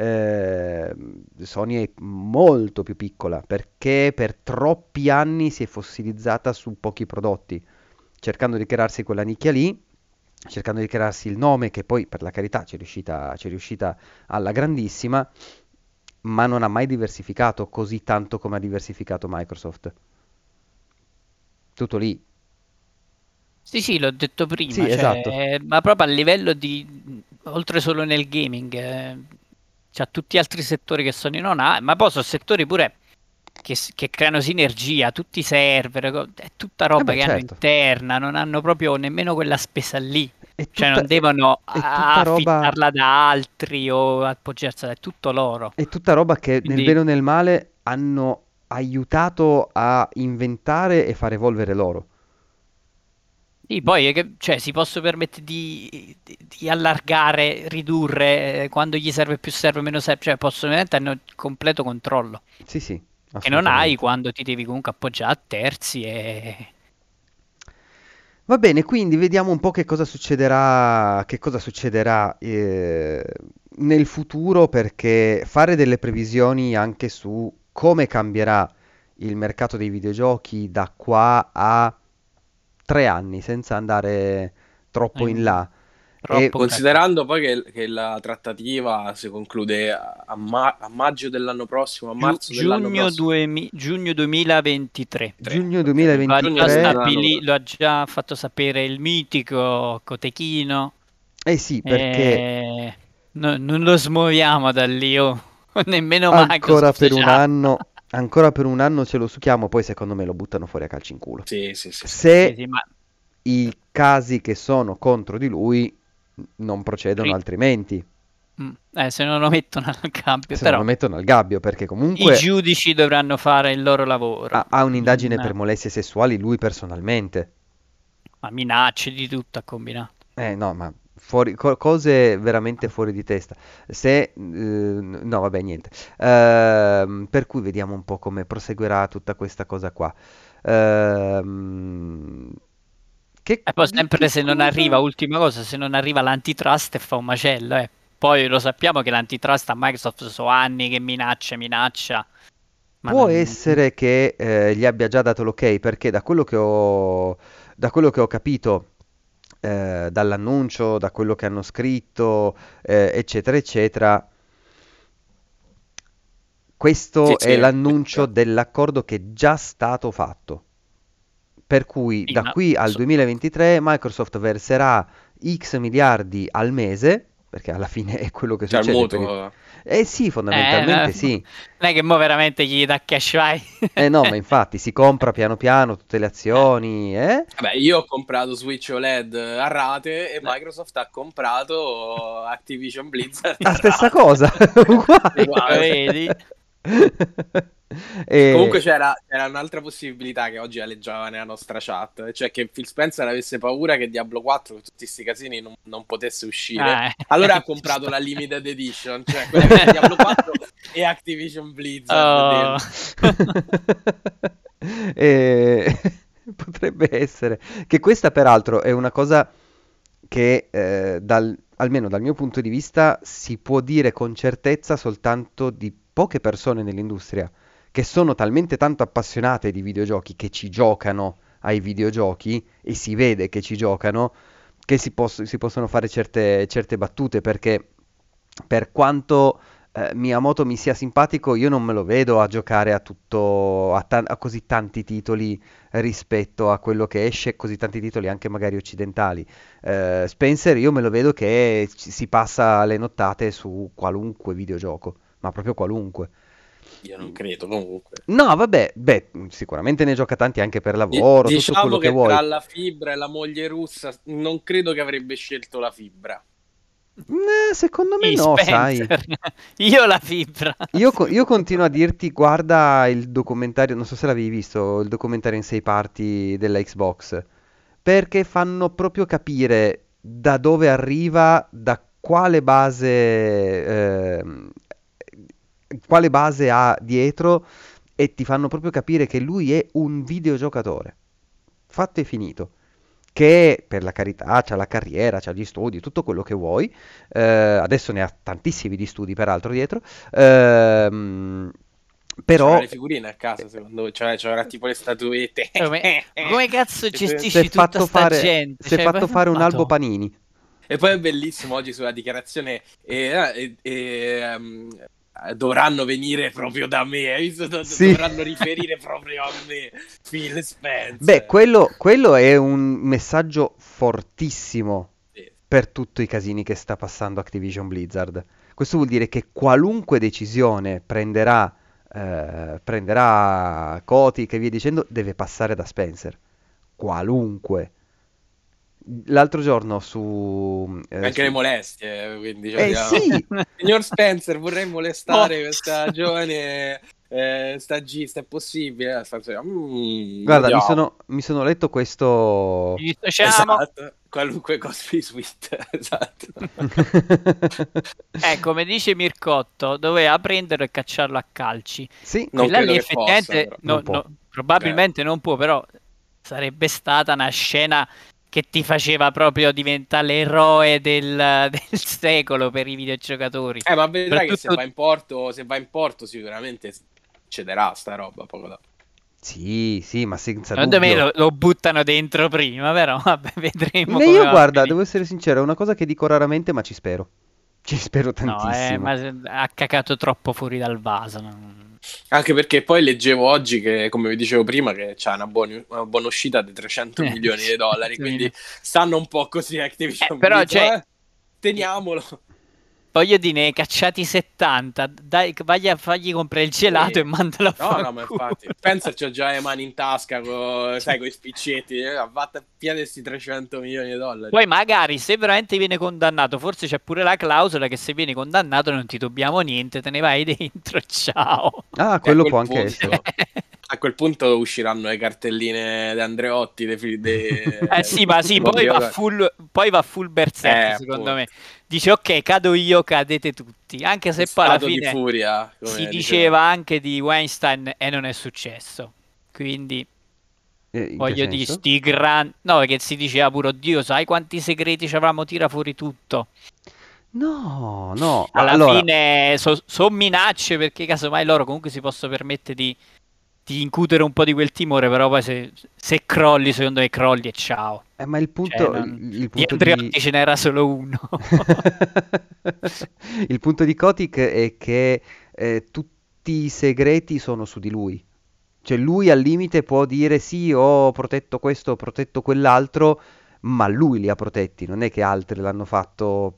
Sony è molto più piccola perché per troppi anni si è fossilizzata su pochi prodotti, cercando di crearsi quella nicchia lì, cercando di crearsi il nome che poi per la carità ci è riuscita alla grandissima, ma non ha mai diversificato così tanto come ha diversificato Microsoft. Tutto lì. Sì, sì, l'ho detto prima, Sì, esatto. cioè, ma proprio a livello di, oltre solo nel gaming, c'ha tutti gli altri settori che Sony non ha, ma poi sono settori pure che creano sinergia, tutti i server, è tutta Eh roba beh, che hanno certo. interna, non hanno proprio nemmeno quella spesa lì, È cioè tutta, non devono è tutta roba. affittarla da altri o appoggiarsela, è tutto loro. È tutta roba che nel Quindi bene o nel male hanno aiutato a inventare e far evolvere loro. sì, poi cioè, si possono permettere di allargare, ridurre, quando gli serve, meno serve, cioè possono veramente hanno il completo controllo, Sì, sì, che non hai assolutamente. quando ti devi comunque appoggiare a terzi e... Va bene, quindi vediamo un po' che cosa succederà nel futuro, perché fare delle previsioni anche su come cambierà il mercato dei videogiochi da qua a 3 anni, senza andare troppo in Mm, là. E troppo presto. Considerando poi che la trattativa si conclude a maggio dell'anno prossimo, a marzo dell'anno prossimo. Giugno 2023. giugno Ok, quindi giugno sembra l'anno prossimo. Lo ha già fatto sapere il mitico Cotechino. eh sì, perché E non lo smuoviamo da lì, oh. Nemmeno ancora Microsoft per un c'ha. anno, ancora per un anno ce lo succhiamo, poi secondo me lo buttano fuori a calci in culo. Sì, sì, sì, sì. Sì, Se sì, ma i casi che sono contro di lui non procedono ri- altrimenti, se non lo mettono al cambio, se non lo però mettono al gabbio, perché i comunque giudici dovranno fare il loro lavoro. ha un'indagine per Non- molestie sessuali lui personalmente. ma minacce di tutto ha combinato. No, ma cose veramente fuori di testa. No, vabbè, niente. Per cui vediamo un po' come proseguirà tutta questa cosa qua. Ehm, E poi di sempre che se non arriva, cosa? ultima cosa, se non arriva l'antitrust e fa un macello, eh. Poi lo sappiamo che l'antitrust a Microsoft sono anni che minaccia, ma Può non... essere che gli abbia già dato l'ok, perché da quello che ho capito dall'annuncio, da quello che hanno scritto, eccetera, eccetera, Sì, questo è sì. l'annuncio dell'accordo che è già stato fatto. Per cui Sì, da qui al 2023 Microsoft verserà X miliardi al mese perché alla fine è quello che Cioè il succede per il... mutuo. Sì, fondamentalmente sì. Non è che mo veramente gli dà cash vai. No, ma infatti si compra piano piano tutte le azioni, Vabbè, io ho comprato Switch OLED a rate e Microsoft ha comprato Activision Blizzard a La stessa rate. cosa, uguale. Uguale. Vedi? Comunque E... c'era un'altra possibilità che oggi aleggiava nella nostra chat, cioè che Phil Spencer avesse paura che Diablo 4 con tutti questi casini non potesse uscire. Allora ha comprato la limited edition, cioè quella che è Diablo 4 e Activision Blizzard. E... potrebbe essere che questa peraltro è una cosa che almeno dal mio punto di vista si può dire con certezza soltanto di poche persone nell'industria che sono talmente tanto appassionate di videogiochi che ci giocano ai videogiochi e si vede che ci giocano che si possono fare certe battute perché per quanto Miyamoto mi sia simpatico, io non me lo vedo a giocare a così tanti titoli rispetto a quello che esce, così tanti titoli anche magari occidentali. Spencer, io me lo vedo che si passa le nottate su qualunque videogioco, ma proprio qualunque. Io non credo comunque. No, vabbè, beh, sicuramente ne gioca tanti anche per lavoro, tutto quello Diciamo che che vuoi. tra la fibra e la moglie russa non credo che avrebbe scelto la fibra. Secondo me Sì, no, sai. Spencer. Io la fibra. Io continuo a dirti, guarda il documentario, non so se l'avevi visto, il documentario in 6 parti della Xbox, perché fanno proprio capire da dove arriva, da quale base ha dietro e ti fanno proprio capire che lui è un videogiocatore. Fatto e finito. Che per la carità c'ha la carriera, c'ha gli studi, tutto quello che vuoi. Adesso ne ha tantissimi di studi, peraltro, dietro. C'era Però le figurine a casa, secondo me, cioè c'era tipo le statuette. Come cazzo si è gestisci tutta fatto sta fare, gente? si è fatto fare un albo Madonna. panini. E poi è bellissimo oggi sulla dichiarazione dovranno venire proprio da me, hai visto? Sì. Dovranno riferire proprio a me, Phil Spencer. Beh, quello è un messaggio fortissimo Sì. per tutti i casini che sta passando Activision Blizzard. Questo vuol dire che qualunque decisione prenderà Kotick e via dicendo, deve passare da Spencer. Qualunque. L'altro giorno Anche le molestie, quindi sì, signor Spencer, vorrei molestare questa giovane stagista, è possibile? guarda, Vediamo. mi sono letto questo. Ci dissociamo. Esatto, qualunque cosa di sweet, esatto. Come dice Mircotto, doveva prenderlo e cacciarlo a calci. Sì, Non Quella credo lì che possa, effettivamente però. Non può. probabilmente non può, però sarebbe stata una scena che ti faceva proprio diventare l'eroe del secolo per i videogiocatori. Ma vedrai che Soprattutto- se va in porto sicuramente succederà sta roba poco dopo. Sì, sì, ma senza Secondo me dubbio. lo buttano dentro prima, però vabbè, vedremo come Io va a guarda, finire. devo essere sincero, è una cosa che dico raramente, ma ci spero. Ci spero No, tantissimo. ma ha cacato troppo fuori dal vaso. Anche perché poi leggevo oggi che, come vi dicevo prima, che c'ha una buona uscita di 300 milioni di dollari, quindi stanno un po' così Activision però, Blizzard, teniamolo. Voglio dire, ne hai cacciati 70, dai, vai a fargli comprare il gelato e mandalo a No, ma infatti, pensa c'ho già le mani in tasca, sai, con i spiccetti, vatta via questi 300 milioni di dollari. Poi magari se veramente viene condannato, forse c'è pure la clausola che se vieni condannato non ti dobbiamo niente, te ne vai dentro, ciao. Ah, quello può anche essere. A quel punto usciranno le cartelline di Andreotti. Sì, ma sì, poi va full berserk, secondo me. Dice ok, cado io, cadete tutti. Anche se poi alla fine di furia, si diceva anche di Weinstein e non è successo. Quindi voglio dire, sti grandi... No, perché si diceva pure, oddio, sai quanti segreti ci avevamo tira fuori tutto. No, no. Alla fine sono minacce perché casomai loro comunque si possono permettere di incutere un po' di quel timore, però poi se crolli, secondo me crolli e ciao. Ma il punto, il punto di Andreotti ce n'era solo uno. Il punto di Kotick è che tutti i segreti sono su di lui. Cioè lui al limite può dire sì, ho protetto questo, ho protetto quell'altro, ma lui li ha protetti, non è che altri l'hanno fatto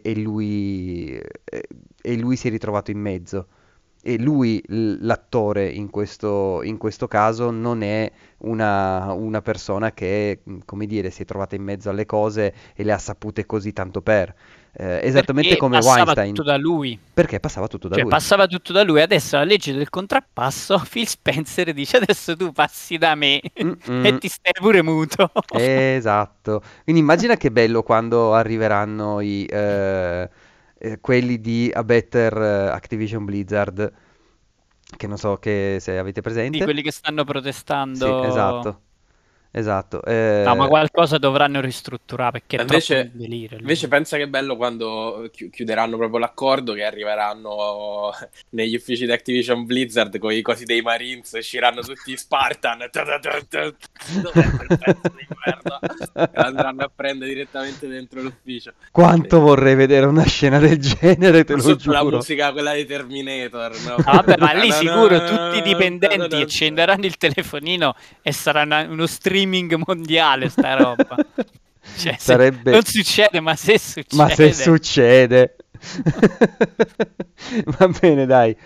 e lui si è ritrovato in mezzo. E lui, l'attore in questo caso, non è una persona che, come dire, si è trovata in mezzo alle cose e le ha sapute così tanto per. Esattamente Perché come passava Weinstein. tutto da lui. Perché passava tutto da Cioè, lui. passava tutto da lui. Adesso la legge del contrappasso, Phil Spencer dice adesso tu passi da me e Mm-mm. ti stai pure muto. Esatto. Quindi immagina che bello quando arriveranno quelli di A Better Activision Blizzard, che non so se avete Di presente. quelli che stanno Sì, protestando. esatto, esatto. No, ma qualcosa dovranno ristrutturare perché è troppo un Invece, delirio lì. invece pensa che bello quando chiuderanno proprio l'accordo, che arriveranno negli uffici di Activision Blizzard con i cosi dei Marines, usciranno tutti i Spartan. Dov'è quel pezzo di merda? E andranno a prendere direttamente dentro l'ufficio. Quanto vorrei vedere una scena del genere, te Ma lo sotto la giuro. musica, quella di Terminator, no? Ah, vabbè, ma lì sicuro tutti i dipendenti accenderanno il telefonino e sarà uno streaming mondiale sta roba. Cioè, Sarebbe... non succede, ma se succede. Ma se succede. Va bene, dai.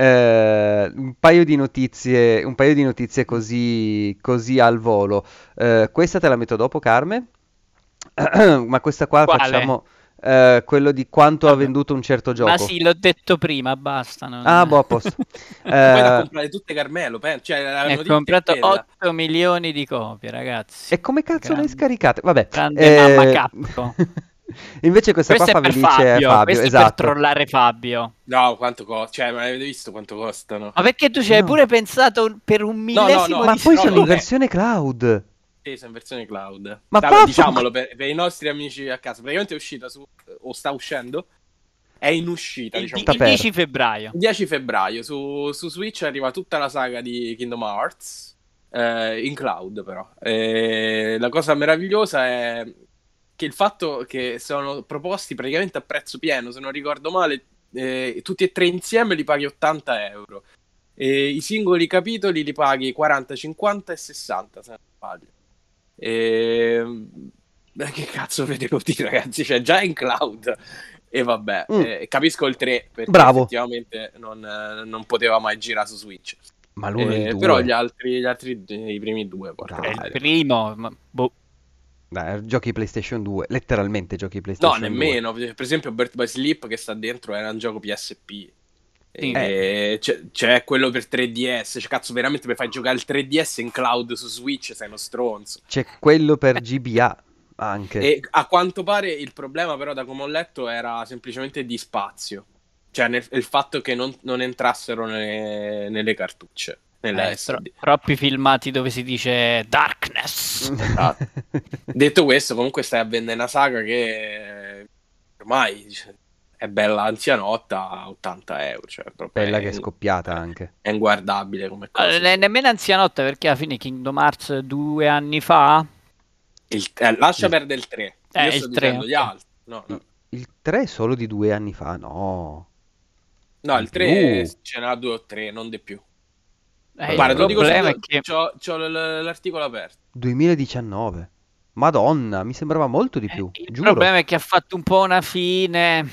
Un paio di notizie così al volo. Questa te la metto dopo, Carme. Ma questa qua Quale? facciamo quello di quanto ha Vabbè. venduto un certo Ma gioco. sì, l'ho detto prima, basta. Ah, boh, a posto. Poi l'ha comprate tutte Carmelo, cioè la Ne ho notizia è comprato quella. 8 milioni di copie, ragazzi. E come cazzo le hai Grande, scaricate? Vabbè. grande mamma Capco. Invece questa qua Questo è fa per felice Fabio, Fabio, questo è per esatto. trollare Fabio. No, quanto costa? Cioè, ma avete visto quanto costano? Ma perché tu ci hai No. pure pensato per un millesimo Ma di poi no, sono no, in versione cloud. Sì, sono in versione cloud. Ma Diciamolo per i nostri amici a casa. Praticamente è uscita o sta uscendo. È in uscita, diciamo. Il 10 febbraio. 10 febbraio su Switch arriva tutta la saga di Kingdom Hearts. In cloud, però. La cosa meravigliosa è che il fatto che sono proposti praticamente a prezzo pieno, se non ricordo male, tutti e tre insieme li paghi 80 euro. E i singoli capitoli li paghi 40, 50 e 60, se non sbaglio. Che cazzo vedevo dire, ragazzi? Cioè, già in cloud. E vabbè, capisco il 3 perché Bravo. effettivamente non poteva mai girare su Switch. Ma l'uno e il 2. Però gli altri, i primi due, porca Dai. Il miseria. primo, boh. Dai, giochi PlayStation 2, letteralmente giochi PlayStation No, 2. nemmeno. Per esempio, Birth by Sleep che sta dentro era un gioco PSP. Sì. C'è quello per 3DS. Cioè, cazzo, veramente per fai giocare il 3DS in cloud su Switch sei uno stronzo. C'è quello per GBA anche. E a quanto pare il problema, però, da come ho letto, era semplicemente di spazio. Cioè, il fatto che non entrassero nelle cartucce. Nella SD. Troppi filmati dove si dice Darkness. Esatto. Detto questo, comunque stai a vendere una saga che ormai è bella anzianotta a 80 euro. Cioè, proprio Bella che è scoppiata anche. È inguardabile come cosa. Nemmeno anzianotta, perché alla fine Kingdom Hearts 2 anni fa. Lascia perdere il 3. Io il sto 3, dicendo gli altri. No. Il 3 è solo di 2 anni fa, no. No, il 3 ce n'ha 2 o 3, non di più. Guarda, il problema è che c'ho l'articolo aperto. 2019. Madonna, mi sembrava molto di più, il giuro. problema è che ha fatto un po' una fine.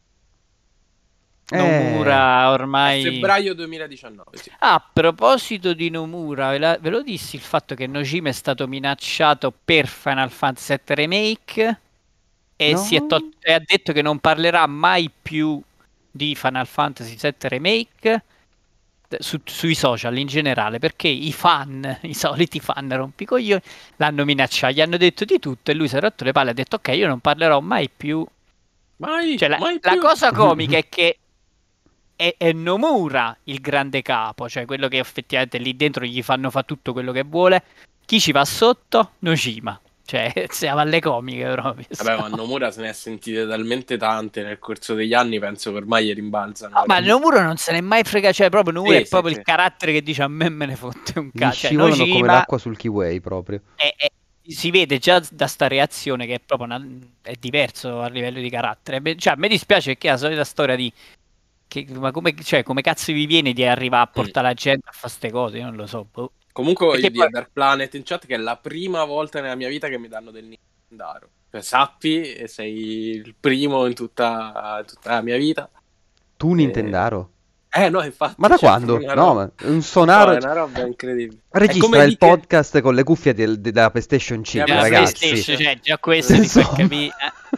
Nomura ormai. Febbraio 2019, sì. A proposito di Nomura, ve lo dissi il fatto che Nojima è stato minacciato per Final Fantasy VII Remake e No? ha detto che non parlerà mai più di Final Fantasy VII Remake sui social in generale, perché i soliti fan rompicoglioni l'hanno minacciato, gli hanno detto di tutto e lui si è rotto le palle e ha detto ok, io non parlerò mai più. Mai La più. cosa comica è che è Nomura il grande capo, cioè quello che effettivamente lì dentro gli fanno fa tutto quello che vuole. Chi ci va sotto? Nojima. Cioè, siamo alle comiche proprio. Vabbè, ma Nomura se ne è sentite talmente tante nel corso degli anni, penso che ormai gli rimbalzano. No, ma Nomura non se ne è mai frega, cioè proprio Nomura Sì, è proprio sì. il carattere che dice a me ne fotte un Gli cazzo. Cioè, scivolano come Nojima l'acqua sul kiwi proprio. si vede già da sta reazione che è proprio è diverso a livello di carattere. Cioè, a me dispiace che è la solita storia di ma come cazzo vi viene di arrivare a portare la gente a fare ste cose? Io non lo so. Comunque voglio Perché dire poi- Dark Planet in chat che è la prima volta nella mia vita che mi danno del nick. Nintendaro. Cioè, sappi, sei il primo in tutta la mia vita. Tu Nintendaro? No, infatti. Ma da quando? No, ma un sonaro. No, è una roba incredibile. Registra il podcast con le cuffie della PlayStation 5, ragazzi. PlayStation, già questo ti fa capire.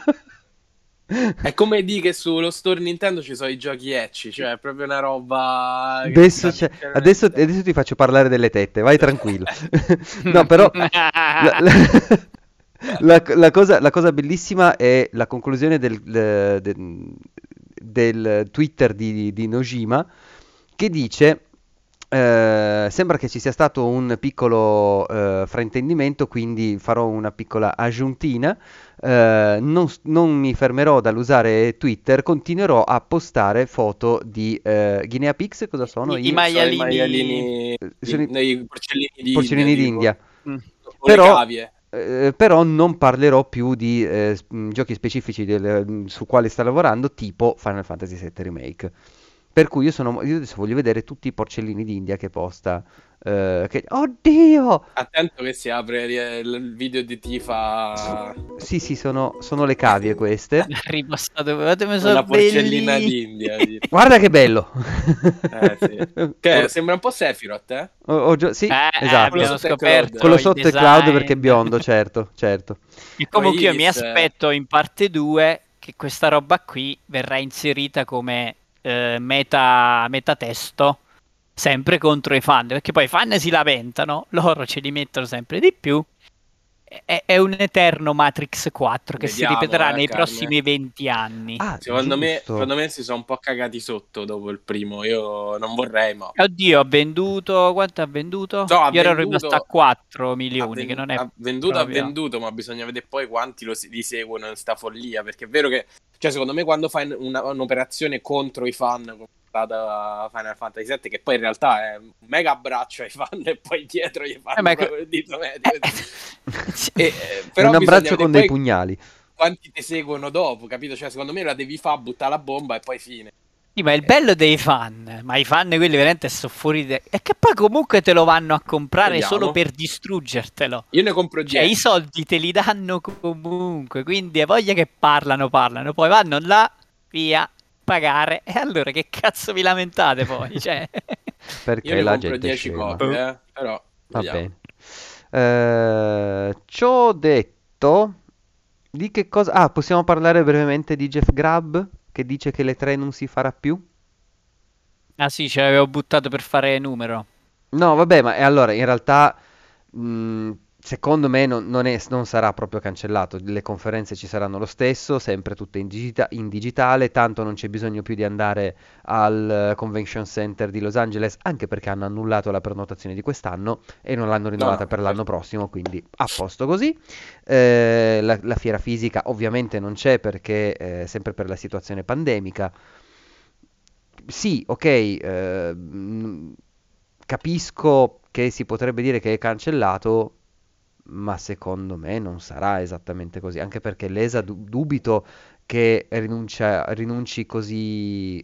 È come di che sullo store Nintendo ci sono i giochi ecci, cioè è proprio una roba. Adesso ti faccio parlare delle tette, vai tranquillo. No, però la cosa bellissima è la conclusione del Twitter di Nojima, che dice: sembra che ci sia stato un piccolo fraintendimento, quindi farò una piccola aggiuntina. Non mi fermerò dall'usare Twitter, continuerò a postare foto di Guinea Pigs. Cosa sono? I maialini, i porcellini d'India. Però però non parlerò più di giochi specifici su quali sta lavorando, tipo Final Fantasy VII Remake. Per cui io adesso voglio vedere tutti i porcellini d'India che posta. Oddio! Attento che si apre il video di Tifa. Sì, sono le cavie queste. Una porcellina d'India. Guarda che bello! Sì. Che sembra un po' Sephiroth, eh? Sì, esatto. Abbiamo scoperto quello sotto è Cloud perché è biondo, certo. E comunque io mi aspetto in parte 2 che questa roba qui verrà inserita come meta testo sempre contro i fan, perché poi i fan si lamentano, loro ce li mettono sempre di più. È un eterno Matrix 4 che si ripeterà nei prossimi 20 anni. Secondo me si sono un po' cagati sotto dopo il primo. Io non vorrei, ma oddio, ha venduto, quanto ha venduto? Io ero rimasto a 4 milioni, che non è venduto, ma bisogna vedere poi quanti li seguono in sta follia, perché è vero che, cioè, secondo me quando fai un'operazione contro i fan come da Final Fantasy VII, che poi in realtà è un mega abbraccio ai fan e poi dietro gli fanno il dito medio. Però è un abbraccio con dei pugnali. Quanti ti seguono dopo, capito? Cioè, secondo me la devi fare, buttare la bomba e poi fine. Sì, ma il bello dei fan, ma i fan quelli veramente sono fuori è che poi comunque te lo vanno a comprare solo per distruggertelo. Io ne compro 10. Cioè, i soldi te li danno comunque, quindi è voglia che parlano, poi vanno là, via, pagare, e allora che cazzo vi lamentate poi? Cioè... Perché io ne la compro gente 10 copie, però va bene. Ciò detto, di che cosa... possiamo parlare brevemente di Jeff Grubb, che dice che le 3 non si farà più? Ah sì, ce l'avevo buttato per fare numero. No, vabbè, ma allora in realtà secondo me non sarà proprio cancellato. Le conferenze ci saranno lo stesso, sempre tutte in digitale, tanto non c'è bisogno più di andare al Convention Center di Los Angeles, anche perché hanno annullato la prenotazione di quest'anno e non l'hanno rinnovata per l'anno prossimo, quindi a posto così. La fiera fisica ovviamente non c'è perché sempre per la situazione pandemica. Sì, ok, capisco che si potrebbe dire che è cancellato, ma secondo me non sarà esattamente così, anche perché l'ESA dubito che rinunci così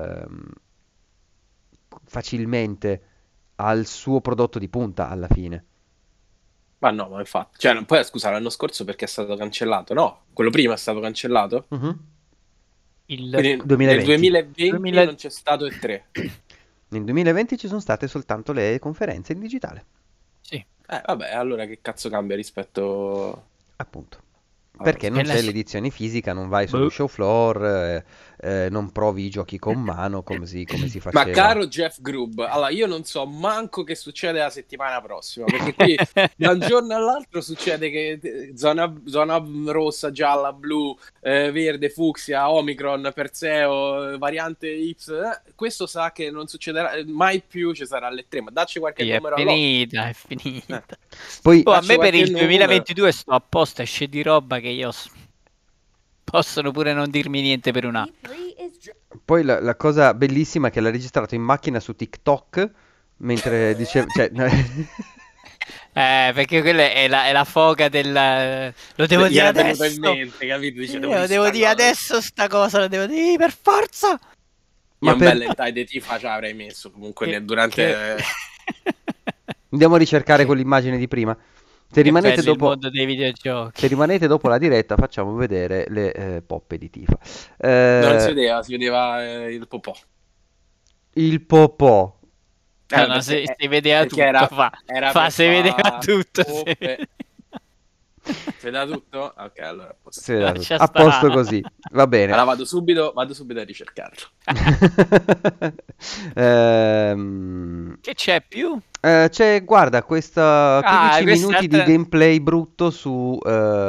facilmente al suo prodotto di punta alla fine. Ma no, ma infatti, cioè, poi scusa, l'anno scorso perché è stato cancellato? No, quello prima è stato cancellato? Nel 2020 non c'è stato il 3. Nel 2020 ci sono state soltanto le conferenze in digitale. Sì. Vabbè, allora che cazzo cambia rispetto... Appunto. Perché non c'è l'edizione fisica, non vai sullo show floor, non provi i giochi con mano come si faceva. Ma caro Jeff Grubb, allora io non so manco che succede la settimana prossima, perché qui da un giorno all'altro succede che zona rossa, gialla, blu, verde, fucsia, Omicron, Perseo, variante Y, questo sa che non succederà mai più, ci sarà alle 3, ma dacci qualche numero. È finita. Poi a me per il 2022 sto apposta, esce di roba che io possono pure non dirmi niente per un anno. Poi la cosa bellissima è che l'ha registrato in macchina su TikTok mentre diceva, cioè, perché quella è la foga del lo devo dire adesso. In mente, capito? Dice, lo devo dire adesso sta cosa, lo devo dire per forza. Ma un bel hentai di Tifa ci avrei messo comunque durante Andiamo a ricercare quell'immagine di prima. Se Che rimanete bello il dopo, mondo dei videogiochi. se rimanete dopo la diretta, facciamo vedere le poppe di Tifa. Non si vedeva il popò. Il popò. No, si vedeva perché tutto, era fa per si vedeva tutto. poppe. Si vedeva tutto? Ok, allora a posto. Si vede Lascia tutto. A posto stare. così, va bene. Allora vado subito a ricercarlo. Che c'è più? C'è, guarda, questa 15 questa minuti di altra... gameplay brutto su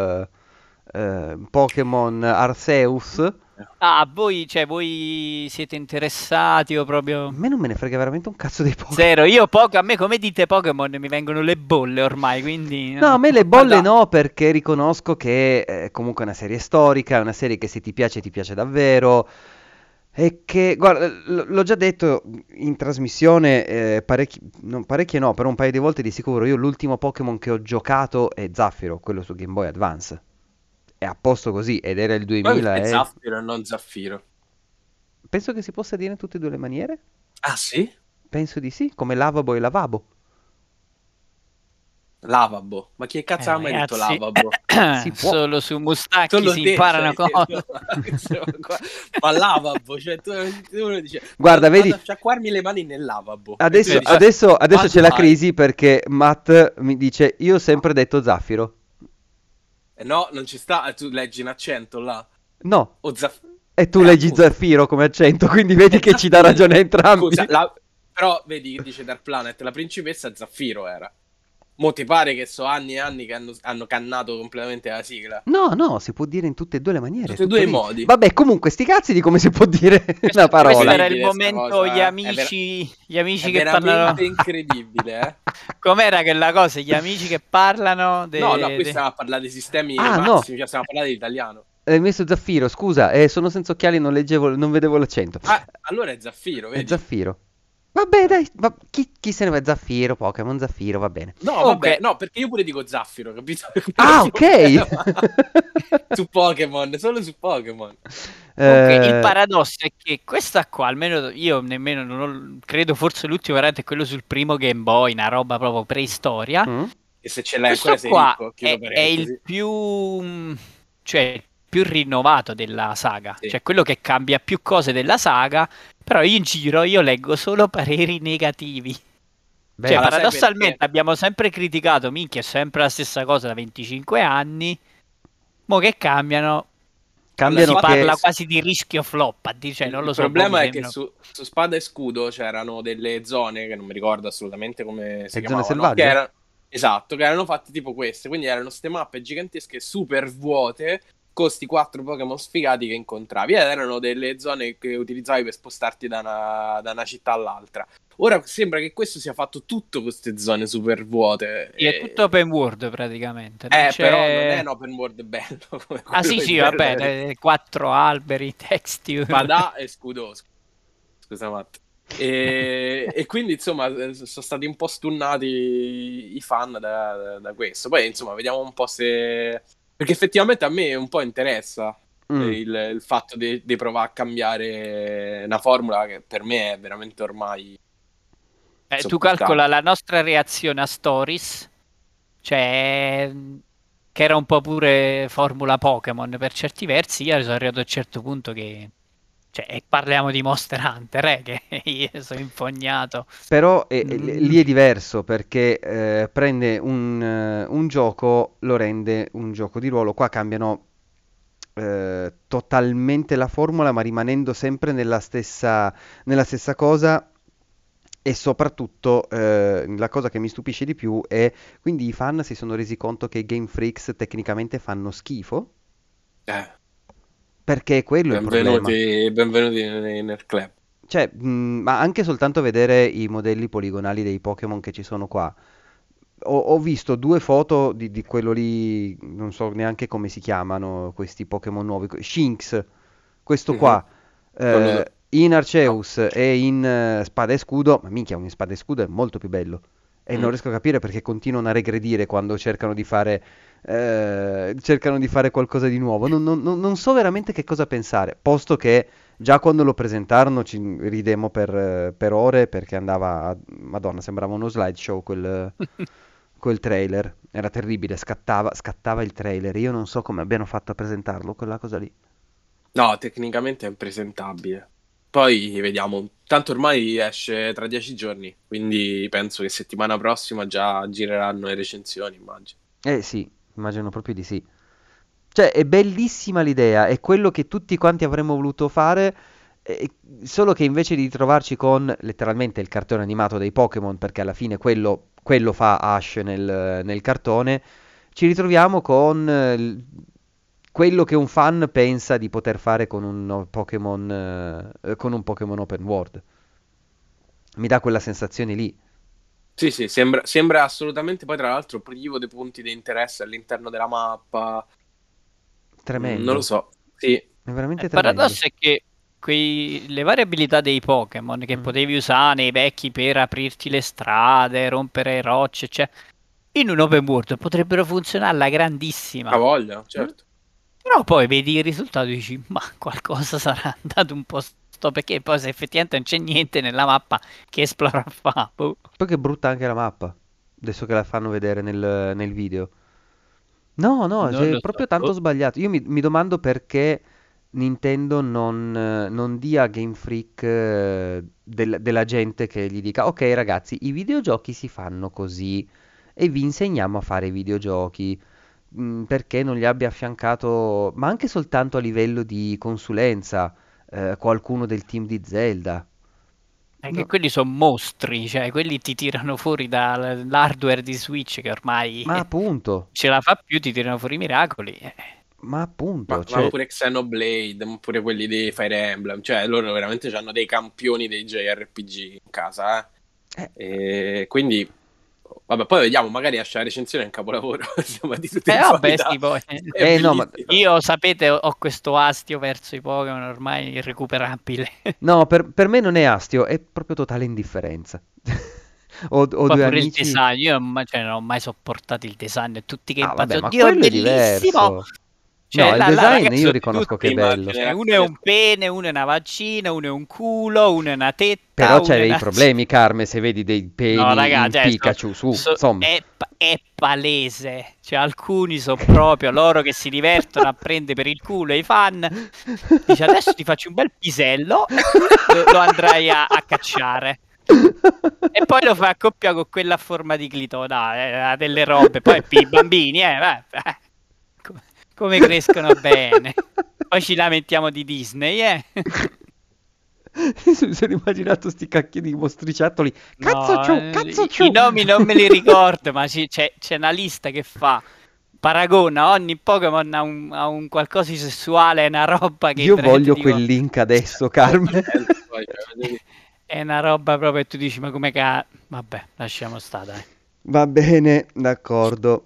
Pokémon Arceus. Voi siete interessati o A proprio... me non me ne frega veramente un cazzo dei Pokémon. Zero, a me come dite Pokémon mi vengono le bolle ormai, quindi... No, a me le bolle Guarda. no, perché riconosco che comunque è una serie storica, è una serie che se ti piace davvero. E che, guarda, l'ho già detto in trasmissione, non parecchie no, però un paio di volte di sicuro. Io l'ultimo Pokémon che ho giocato è Zaffiro, quello su Game Boy Advance. È a posto così, ed era il Ma 2000 perché e... Zaffiro e non Zaffiro? Penso che si possa dire in tutte e due le maniere. Ah sì? Penso di sì, come lavabo e lavabo. Lavabo. Ma chi cazzo ha mai detto Ragazzi, lavabo? Si può. solo su Mustacchi Solo si te, imparano cioè, cose. ma lavabo, cioè uno dice Guarda, vedi, vado a sciacquarmi le mani nel lavabo. adesso, E tu dici, adesso c'è la vai. crisi perché Matt mi dice, io ho sempre detto Zaffiro. No, non ci sta, tu leggi in accento là. No, O e tu leggi appunto. Zaffiro come accento, quindi vedi che ci dà ragione a entrambi. Scusa, però vedi, dice Dark Planet, la principessa Zaffiro era. Mo ti pare che so anni e anni che hanno cannato completamente la sigla? No, si può dire in tutte e due le maniere. Tutti e tutto due i lì. modi. Vabbè, comunque, sti cazzi di come si può dire una Questo parola. era il Incredibile sta momento, cosa, gli eh. amici È che parlano... veramente incredibile, eh. Com'era quella cosa? Gli amici che parlano... No, qui stiamo a parlare di sistemi Ah, no. massimi, cioè stiamo a parlare di italiano. Hai messo Zaffiro, scusa, sono senza occhiali, non vedevo l'accento. Ah, allora è Zaffiro, È vedi? Zaffiro. Vabbè, dai, chi se ne va? Zaffiro, Pokémon Zaffiro, va bene. No, Comunque- vabbè, no, perché io pure dico Zaffiro, capito? Ah, ok. Su Pokémon, solo su Pokémon. Comunque, il Eh, paradosso è che questa qua, almeno io nemmeno non credo, forse l'ultimo variante è quello sul primo Game Boy, una roba proprio preistoria. mm? E se ce l'hai Questo ancora sei qua ricco, chiudo è il parentesi. più rinnovato della saga, Sì. cioè quello che cambia più cose della saga, però in giro io leggo solo pareri negativi. Beh, Cioè, Ma la sai paradossalmente perché? abbiamo sempre criticato, minchia, è sempre la stessa cosa da 25 anni, mo che cambiano, cambiano si Allora, parla che... quasi di rischio flop, cioè non lo Il so, problema mi è che sembra- su Spada e Scudo c'erano delle zone che non mi ricordo assolutamente come si Le zone chiamavano, selvagge? che erano, esatto, che erano fatte tipo queste, quindi erano queste mappe gigantesche super vuote con sti 4 Pokémon sfigati che incontravi ed erano delle zone che utilizzavi per spostarti da una città all'altra. Ora sembra che questo sia fatto tutto con queste zone super vuote. Sì, è tutto open world praticamente, non c'è... Però non è un open world bello come Ah quello sì, di vabbè, Berserk. 4 alberi, texture. Spada e Scudo. Scusa, Matt. E quindi insomma sono stati un po' stunnati i fan da questo. Poi insomma vediamo un po' se... Perché effettivamente a me un po' interessa Mm. il fatto di provare a cambiare una formula che per me è veramente ormai Tu sopportabile. calcola la nostra reazione a Stories, cioè che era un po' pure formula Pokémon per certi versi, io sono arrivato a un certo punto che... Cioè, parliamo di Monster Hunter, che io sono infognato. Però Mm. lì è diverso perché prende un gioco, lo rende un gioco di ruolo. Qua cambiano totalmente la formula, ma rimanendo sempre nella stessa cosa. E soprattutto la cosa che mi stupisce di più è quindi i fan si sono resi conto che i Game Freaks tecnicamente fanno schifo, perché quello è il problema. benvenuti nel club. Cioè, ma anche soltanto vedere i modelli poligonali dei Pokémon che ci sono qua. Ho visto due foto di quello lì, non so neanche come si chiamano questi Pokémon nuovi. Shinx, questo qua, Non lo so. in Arceus e in Spada e Scudo, ma minchia, in Spada e Scudo è molto più bello. E non riesco a capire perché continuano a regredire quando cercano di fare qualcosa di nuovo. Non so veramente che cosa pensare, posto che già quando lo presentarono ci ridemmo per ore perché andava, Madonna, sembrava uno slideshow quel... col trailer. Era terribile, scattava il trailer. Io non so come abbiano fatto a presentarlo, quella cosa lì. No, tecnicamente è impresentabile. Poi vediamo. Tanto ormai esce tra 10 giorni, quindi penso che settimana prossima già gireranno le recensioni, immagino. Sì, immagino proprio di sì. Cioè, è bellissima l'idea, è quello che tutti quanti avremmo voluto fare, solo che invece di trovarci con letteralmente il cartone animato dei Pokémon, perché alla fine quello fa Ash nel cartone, ci ritroviamo con quello che un fan pensa di poter fare con un Pokémon open world. Mi dà quella sensazione lì. Sì, sì, sembra assolutamente poi tra l'altro privo dei punti di interesse all'interno della mappa. Non lo Tremendo, so. Sì, è veramente Il tremendo. paradosso è che le varie abilità dei Pokémon che Mm. potevi usare nei vecchi per aprirti le strade, rompere rocce, cioè, in un open world potrebbero funzionare alla ha grandissima. voglia, Mm. certo. Però poi vedi il risultato e dici, ma qualcosa sarà andato un po' sto, perché poi se effettivamente non c'è niente nella mappa che esplora fa. Boh. Poi che brutta anche la mappa, adesso che la fanno vedere nel video. No, no, Non c'è lo so. proprio tanto Boh. sbagliato. Io mi domando perché Nintendo non dia a Game Freak della gente che gli dica, ok ragazzi, i videogiochi si fanno così e vi insegniamo a fare i videogiochi. Perché non gli abbia affiancato, ma anche soltanto a livello di consulenza, qualcuno del team di Zelda. È che No, quelli sono mostri, cioè quelli ti tirano fuori dall'hardware di Switch che ormai ma appunto, ce la fa più, ti tirano fuori i miracoli. ma Ma, appunto, ma cioè, pure Xenoblade, ma pure quelli di Fire Emblem, cioè loro veramente hanno dei campioni dei JRPG in casa, eh, E quindi, vabbè, poi vediamo, magari esce la recensione è un capolavoro, insomma, di tutta Vabbè, insolita, sì, poi. è no, ma bellissima. Io, sapete, ho questo astio verso i Pokémon ormai irrecuperabile. no, per me non è astio, è proprio totale indifferenza. Ho Poi due pure il amici. design, io cioè, non ho mai sopportato il design, e tutti che Ah, vabbè, impazzano, ma oddio, è quello è bellissimo! diverso. No, Cioè, il là, design ragazzi, io sono di riconosco che è tutti. Prima bello. Cioè, uno è generazione, un pene, uno è una vagina, uno è un culo, uno è una tetta, Però uno è c'hai dei una... problemi, Carme, se vedi dei No, peni raga, in cioè, Pikachu su, insomma. è palese. Cioè, alcuni sono proprio loro che si divertono a prendere per il culo i fan. Dice, adesso ti faccio un bel pisello e tu lo andrai a cacciare. E poi lo fa accoppiare con quella a forma di clitone, delle robe. Poi i bambini, co- come crescono bene. Poi ci lamentiamo di Disney, Mi sono immaginato sti cacchi di mostriciattoli. Cazzo No, ciu, cazzo i ciu. nomi non me li ricordo, ma c'è una lista che fa, paragona ogni Pokémon a un qualcosa di sessuale, è una roba che Io veramente voglio dico, quel link adesso, stavo Carme. facendo, poi, cioè, voglio dire, è una roba proprio e tu dici, ma come vabbè, lasciamo stare, dai. Va bene, d'accordo.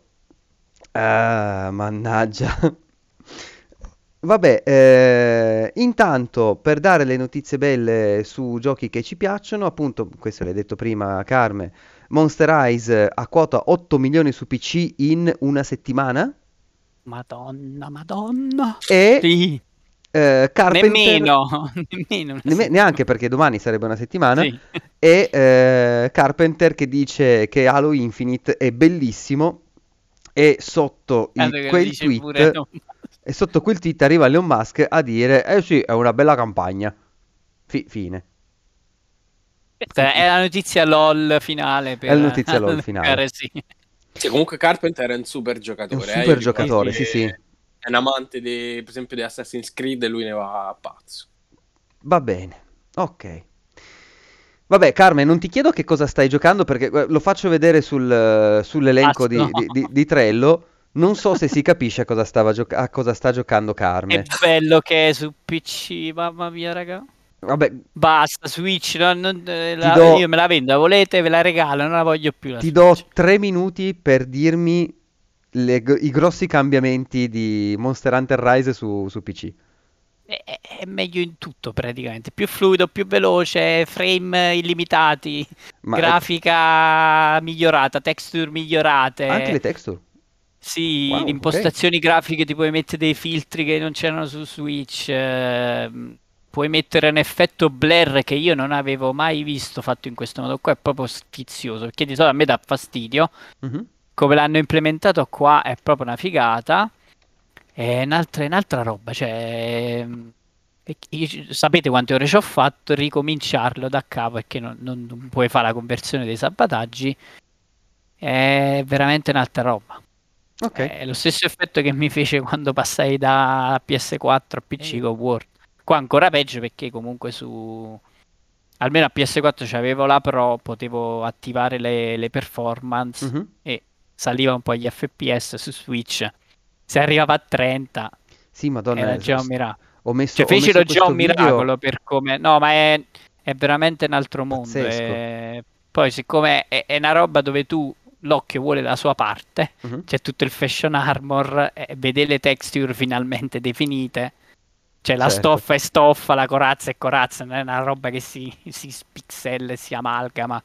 Ah, mannaggia. Vabbè, intanto per dare le notizie belle su giochi che ci piacciono, appunto, questo l'hai detto prima, Carme, Monster Rise a quota 8 milioni su PC in una settimana Madonna, Madonna. e Sì, Carpenter, nemmeno una neanche settimana. perché domani sarebbe una settimana, Sì. e Carpenter che dice che Halo Infinite è bellissimo e Guarda che lo dice pure. No. sotto quel tweet arriva Elon Musk a dire, eh sì, è una bella campagna. Fine. Questa è la notizia LOL finale È la per notizia LOL finale. sì. sì, comunque Carpenter è un super È un giocatore, super io Sì, ricordo giocatore, sì. sì, che sì. è un amante, per esempio, di Assassin's Creed e lui ne va a pazzo. Va bene. Ok. Vabbè, Carmen, non ti chiedo che cosa stai giocando perché lo faccio vedere sull'elenco Basta, no. di Trello. Non so se si capisce a a cosa sta giocando Che Carme. bello che è su PC, mamma mia, raga. Vabbè, Basta, Switch, ti do, io me la vendo, la volete, ve la regalo, non la voglio più la ti Switch. do 3 minuti per dirmi i grossi cambiamenti di Monster Hunter Rise su PC. È meglio in tutto praticamente, più fluido, più veloce, frame illimitati, Ma grafica migliorata, texture anche migliorate. le texture. Sì, Wow, ok. impostazioni grafiche, ti puoi mettere dei filtri che non c'erano su Switch, puoi mettere un effetto blur che io non avevo mai visto fatto in questo modo qua, è proprio sfizioso, perché di solito a me dà fastidio, Mhm. come l'hanno implementato qua è proprio una figata. È un'altra roba, cioè sapete quante ore ci ho fatto? Ricominciarlo da capo perché non puoi fare la conversione dei sabotaggi. È veramente un'altra roba. Ok. È lo stesso effetto che mi fece quando passai da PS4 a PC con Word. Qua ancora peggio perché comunque almeno a PS4 c'avevo la Pro, potevo attivare le performance Mhm. e saliva un po' gli FPS. Su Switch se arrivava a 30 Sì, Madonna, era già un miracolo. ho messo, Cioè ho messo fecero già questo un video miracolo per come... No, ma è veramente un altro mondo. pazzesco. Poi siccome è una roba dove tu l'occhio vuole la sua parte, Mhm. c'è tutto il fashion armor, vede le texture finalmente definite. Cioè la Certo. stoffa è stoffa, la corazza è corazza, non è una roba che si spixella e si amalgama.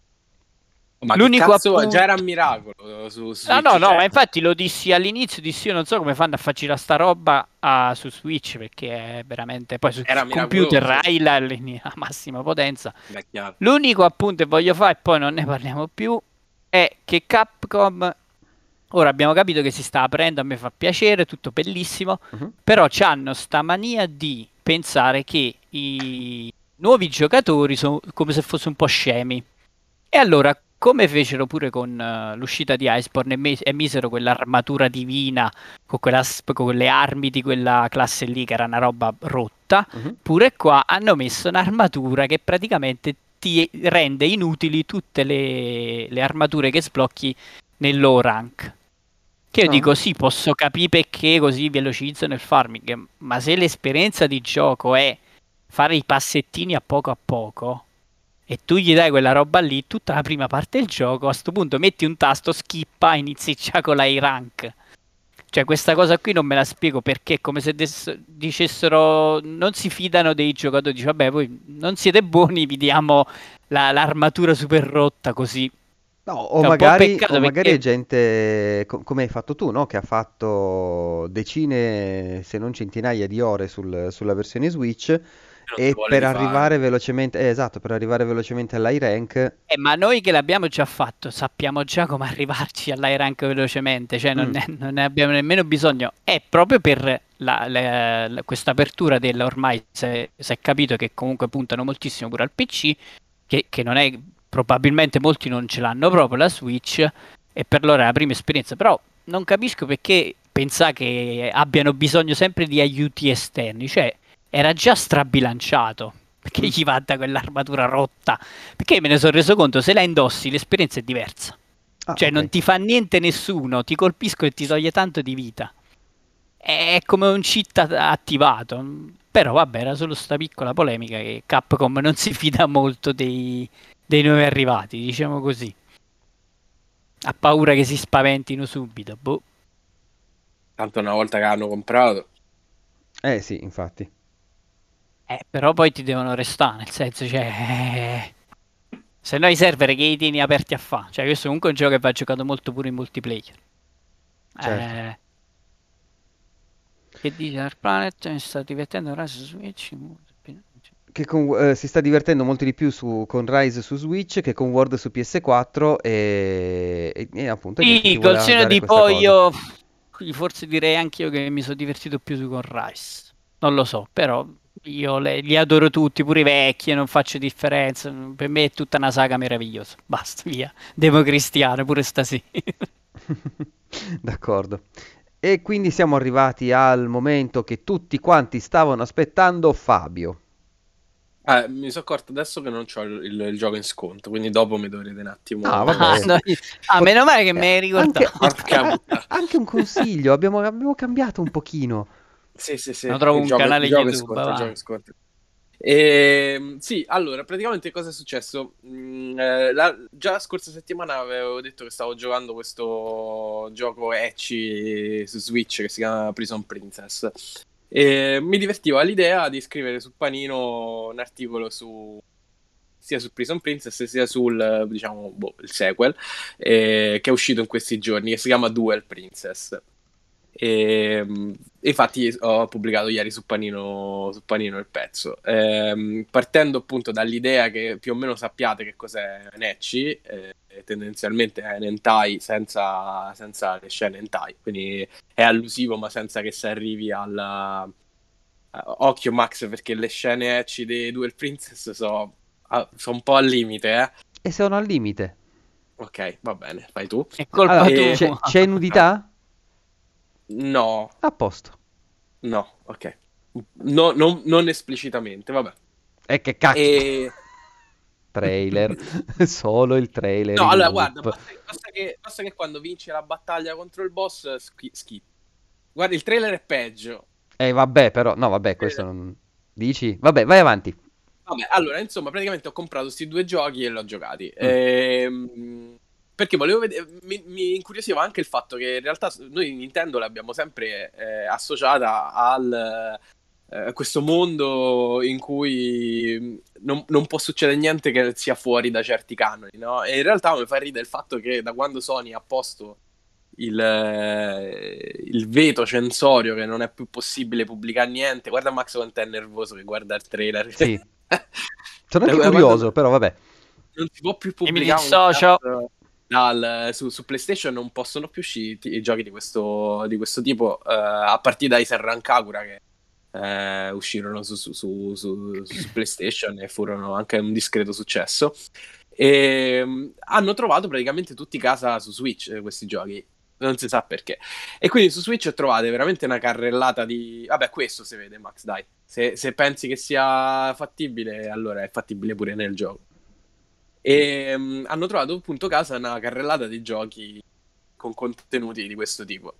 Ma che L'unico cazzo, già appunto... era un miracolo su No, no, Switch, no, cioè, ma infatti lo dissi all'inizio, dissi io non so come fanno a farci sta roba su Switch perché è veramente... Poi era su computer miracoloso. hai la massima potenza. Beh, chiaro. L'unico appunto che voglio fare, e poi non ne parliamo più, è che Capcom, ora abbiamo capito che si sta aprendo, a me fa piacere, tutto bellissimo, Mhm. però c'hanno sta mania di pensare che i nuovi giocatori sono come se fossero un po' scemi. E allora, come fecero pure con l'uscita di Iceborne e misero quell'armatura divina con quelle armi di quella classe lì che era una roba rotta, Mhm. pure qua hanno messo un'armatura che praticamente ti rende inutili tutte le armature che sblocchi nel low rank. Che io No. dico sì, posso capire perché così velocizzano il farming, ma se l'esperienza di gioco è fare i passettini a poco e tu gli dai quella roba lì, tutta la prima parte del gioco, a sto punto metti un tasto, skippa, inizi già con la rank. Cioè questa cosa qui non me la spiego perché è come se dicessero non si fidano dei giocatori, dice vabbè voi non siete buoni, vi diamo l'armatura super rotta così. No, È un po' un o peccato magari è perché gente come hai fatto tu, no? Che ha fatto decine, se non centinaia di ore sulla versione Switch Non ti e vuole per arrivare rifare. velocemente, esatto, per arrivare velocemente all'high rank. Ma noi che l'abbiamo già fatto, sappiamo già come arrivarci all'high rank velocemente, cioè Mm, non ne abbiamo nemmeno bisogno. È proprio per questa apertura della ormai si è capito che comunque puntano moltissimo pure al PC, che non è, probabilmente molti non ce l'hanno proprio la Switch, e per loro è la prima esperienza, però non capisco perché pensa che abbiano bisogno sempre di aiuti esterni, cioè era già strabilanciato. Perché mm. gli va da quell'armatura rotta? Perché me ne sono reso conto, se la indossi l'esperienza è diversa. Ah, Cioè ok. non ti fa niente nessuno, ti colpisco e ti toglie tanto di vita. È come un cheat attivato. Però vabbè, era solo sta piccola polemica che Capcom non si fida molto dei nuovi arrivati, diciamo così. Ha paura che si spaventino subito. Boh. Tanto una volta che hanno comprato. Sì, infatti. Però poi ti devono restare, nel senso, cioè... Se no i server che li tieni aperti a fa. Cioè questo comunque è un gioco che va giocato molto pure in multiplayer. Certo. Eh, che dice Dark Planet mi sta divertendo ora su Switch. Che si sta divertendo molto di più con Rise su Switch che con World su PS4 e appunto niente, ti Sì, vuole col seno dare di questa poi cosa. io forse direi anch'io che mi sono divertito più con Rise. Non lo so, però io li adoro tutti, pure i vecchi, e non faccio differenza. Per me è tutta una saga meravigliosa. Basta, via. Democristiano, pure stasera. D'accordo. E quindi siamo arrivati al momento che tutti quanti stavano aspettando, Fabio. Mi sono accorto adesso che non ho il gioco in sconto, quindi dopo mi dovrete un Ah, attimo... Ah, vabbè. no, Pot- meno male che mi hai ricordato. Porca puttana. anche un consiglio, abbiamo cambiato un pochino. Sì, sì, sì, Non trovo un il canale gioco in YouTube, sconto, il gioco va. in sconto. Sì, allora, praticamente cosa è successo? Già la scorsa settimana avevo detto che stavo giocando questo gioco ecchi su Switch che si chiama Prison Princess. E mi divertiva l'idea di scrivere su Panino un articolo sia su Prison Princess sia sul, diciamo, il sequel, che è uscito in questi giorni, che si chiama Duel Princess. E infatti ho pubblicato ieri su Panino il pezzo, partendo appunto dall'idea che più o meno sappiate che cos'è un ecchi, tendenzialmente è un hentai senza le scene hentai, quindi è allusivo ma senza che si arrivi alla... Occhio Max, perché le scene ecchi dei Duel Princess sono un po' al limite, E sono al limite. Ok, va bene, fai tu. È colpa Allora, tua. c'è nudità? No, A posto. no, ok. No, non esplicitamente, vabbè. E che cacchio. E... Trailer. Solo il trailer No, in allora, guarda, loop. basta che quando vinci la battaglia contro il boss, skip. Guarda, il trailer è peggio. Vabbè, però. No, vabbè, questo non. Dici? Vabbè, vai avanti. Vabbè, allora, insomma, praticamente ho comprato questi due giochi e li ho giocati. Mm. Perché volevo vedere, mi incuriosiva anche il fatto che in realtà noi Nintendo l'abbiamo sempre associata al questo mondo in cui non può succedere niente che sia fuori da certi canoni, no? E in realtà mi fa ridere il fatto che da quando Sony ha posto il veto censorio, che non è più possibile pubblicare niente. Guarda Max quanto è nervoso che guarda il trailer. Sì. Sono anche curioso, però vabbè. Non si può più E mi pubblicare dissocio. su PlayStation, non possono più uscire i giochi di questo tipo, a partire da Isen Rankagura, che uscirono su PlayStation e furono anche un discreto successo. E hanno trovato praticamente tutti casa su Switch, questi giochi. Non si sa perché. E quindi su Switch trovate veramente una carrellata di... Vabbè, questo si vede, Max, dai. Se pensi che sia fattibile, allora è fattibile pure nel gioco. E hanno trovato appunto casa una carrellata di giochi con contenuti di questo tipo.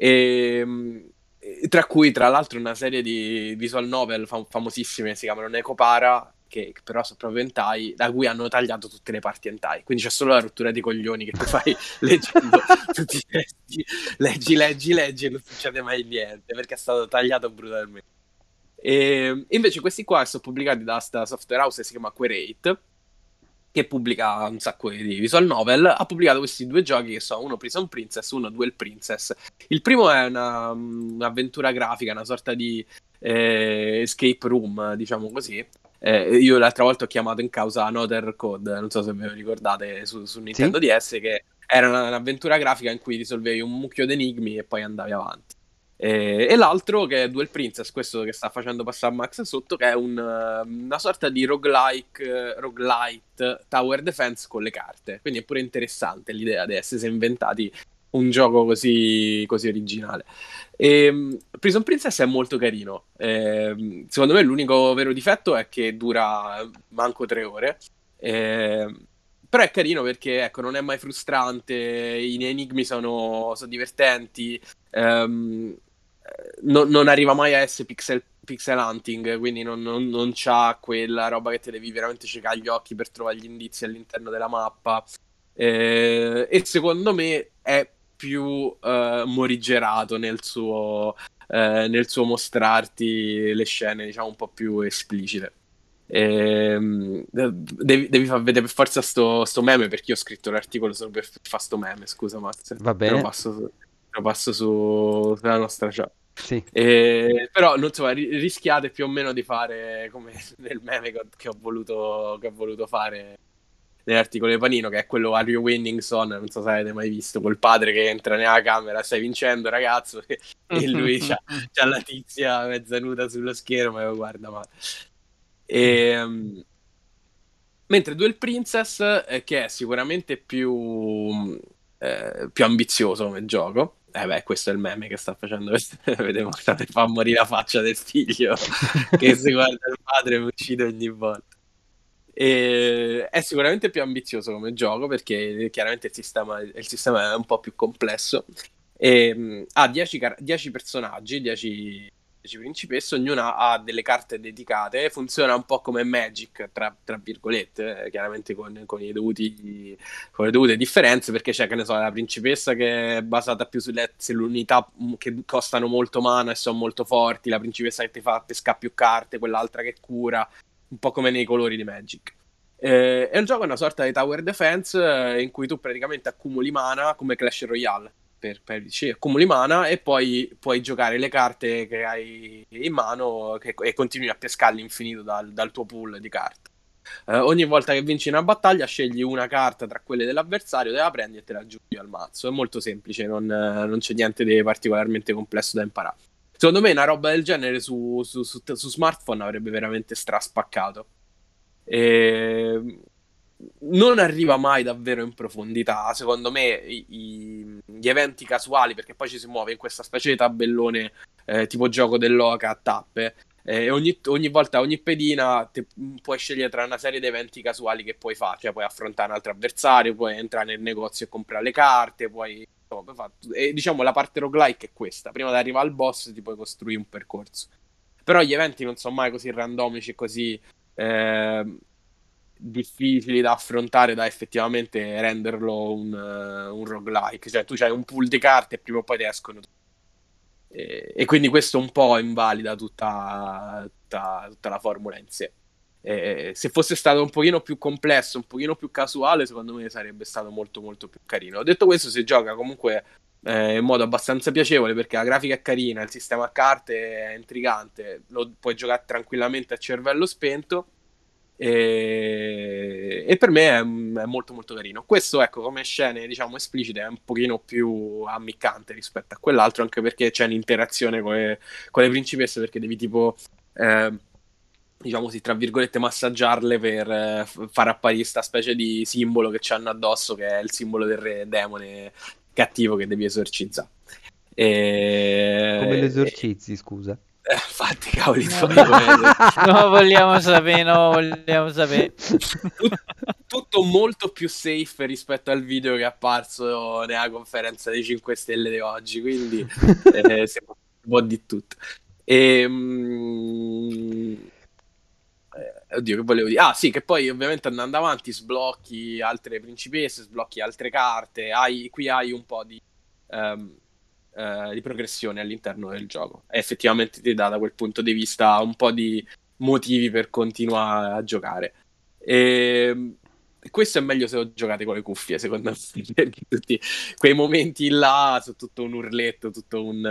Tra cui, tra l'altro, una serie di visual novel famosissime, si chiamano Necopara, che però sono proprio hentai, da cui hanno tagliato tutte le parti hentai. Quindi c'è solo la rottura dei coglioni che tu fai leggendo tutti i testi. Leggi e non succede mai niente, perché è stato tagliato brutalmente. E invece questi qua sono pubblicati da sta software house che si chiama Querate, che pubblica un sacco di visual novel. Ha pubblicato questi due giochi che sono uno Prison Princess, uno Duel Princess. Il primo è un'avventura grafica, una sorta di escape room, diciamo così. Io l'altra volta ho chiamato in causa Another Code, non so se ve lo ricordate, su Nintendo Sì? DS, che era un'avventura grafica in cui risolvevi un mucchio di enigmi e poi andavi avanti. E l'altro che è Duel Princess, questo che sta facendo passare Max sotto, che è una sorta di roguelite tower defense con le carte. Quindi è pure interessante l'idea di essersi inventati un gioco così originale. Prison Princess è molto carino. Secondo me l'unico vero difetto è che dura manco 3 ore. Però è carino perché, ecco, non è mai frustrante, i enigmi sono divertenti. Non arriva mai a essere pixel hunting, quindi non c'ha quella roba che te devi veramente ciecare gli occhi per trovare gli indizi all'interno della mappa. E secondo me è più morigerato nel suo mostrarti le scene, diciamo, un po' più esplicite. Devi far vedere per forza sto meme, perché io ho scritto l'articolo solo per fare sto meme. Scusa Max, Va te lo bene. passo sulla nostra chat. Sì. Però insomma, rischiate più o meno di fare come nel meme che ho voluto fare nell'articolo di Panino, che è quello Are You Winning Son? Non so se avete mai visto, col padre che entra nella camera: stai vincendo ragazzo, e lui c'ha la tizia mezza nuda sullo schermo e lo guarda male. Mentre Duel Princess, che è sicuramente più ambizioso come gioco. Questo è il meme che sta facendo. Vediamo, fa morire la faccia del figlio che si guarda il padre e uccide ogni volta. È sicuramente più ambizioso come gioco, perché chiaramente il sistema è un po' più complesso. Ha 10 personaggi, 10 principesse, ognuna ha delle carte dedicate. Funziona un po' come Magic, tra virgolette, chiaramente con le dovute differenze, perché c'è, che ne so, la principessa che è basata più sulle unità che costano molto mana e sono molto forti, la principessa che ti fa pescare più carte, quell'altra che cura, un po' come nei colori di Magic. È un gioco, una sorta di tower defense, in cui tu praticamente accumuli mana come Clash Royale. per PC, accumuli mana e poi puoi giocare le carte che hai in mano e continui a pescarle all'infinito dal tuo pool di carte. Ogni volta che vinci una battaglia scegli una carta tra quelle dell'avversario, te la prendi e te la aggiungi al mazzo. È molto semplice, non c'è niente di particolarmente complesso da imparare. Secondo me una roba del genere su smartphone avrebbe veramente straspaccato. Non arriva mai davvero in profondità. Secondo me gli eventi casuali, perché poi ci si muove in questa specie di tabellone tipo gioco dell'oca a tappe, e ogni volta, ogni pedina puoi scegliere tra una serie di eventi casuali che puoi fare, cioè puoi affrontare un altro avversario, puoi entrare nel negozio e comprare le carte, e diciamo la parte roguelike è questa: prima di arrivare al boss ti puoi costruire un percorso, però gli eventi non sono mai così randomici e così difficili da affrontare da effettivamente renderlo un roguelike. Cioè tu c'hai un pool di carte e prima o poi ti escono e quindi questo un po' invalida tutta la formula in sé. Se fosse stato un pochino più complesso, un pochino più casuale, secondo me sarebbe stato molto molto più carino. Detto questo, si gioca comunque in modo abbastanza piacevole, perché la grafica è carina, il sistema a carte è intrigante, lo puoi giocare tranquillamente a cervello spento e per me è molto molto carino. Questo, ecco, come scene diciamo esplicite è un pochino più ammiccante rispetto a quell'altro, anche perché c'è un'interazione con le principesse, perché devi tipo diciamo sì, tra virgolette massaggiarle per far apparire sta specie di simbolo che c'hanno addosso, che è il simbolo del re demone cattivo che devi esorcizzare. Come lo esorcizzi, scusa? Infatti, cavoli, no, vogliamo sapere. Tutto molto più safe rispetto al video che è apparso nella conferenza dei 5 Stelle di oggi, quindi si può di tutto. Oddio, che volevo dire? Ah, sì, che poi ovviamente andando avanti sblocchi altre principesse, sblocchi altre carte, qui hai un po' di progressione all'interno del gioco. E effettivamente ti dà da quel punto di vista un po' di motivi per continuare a giocare. E questo è meglio se lo giocate con le cuffie, secondo me, perché tutti quei momenti là sono tutto un urletto, tutto un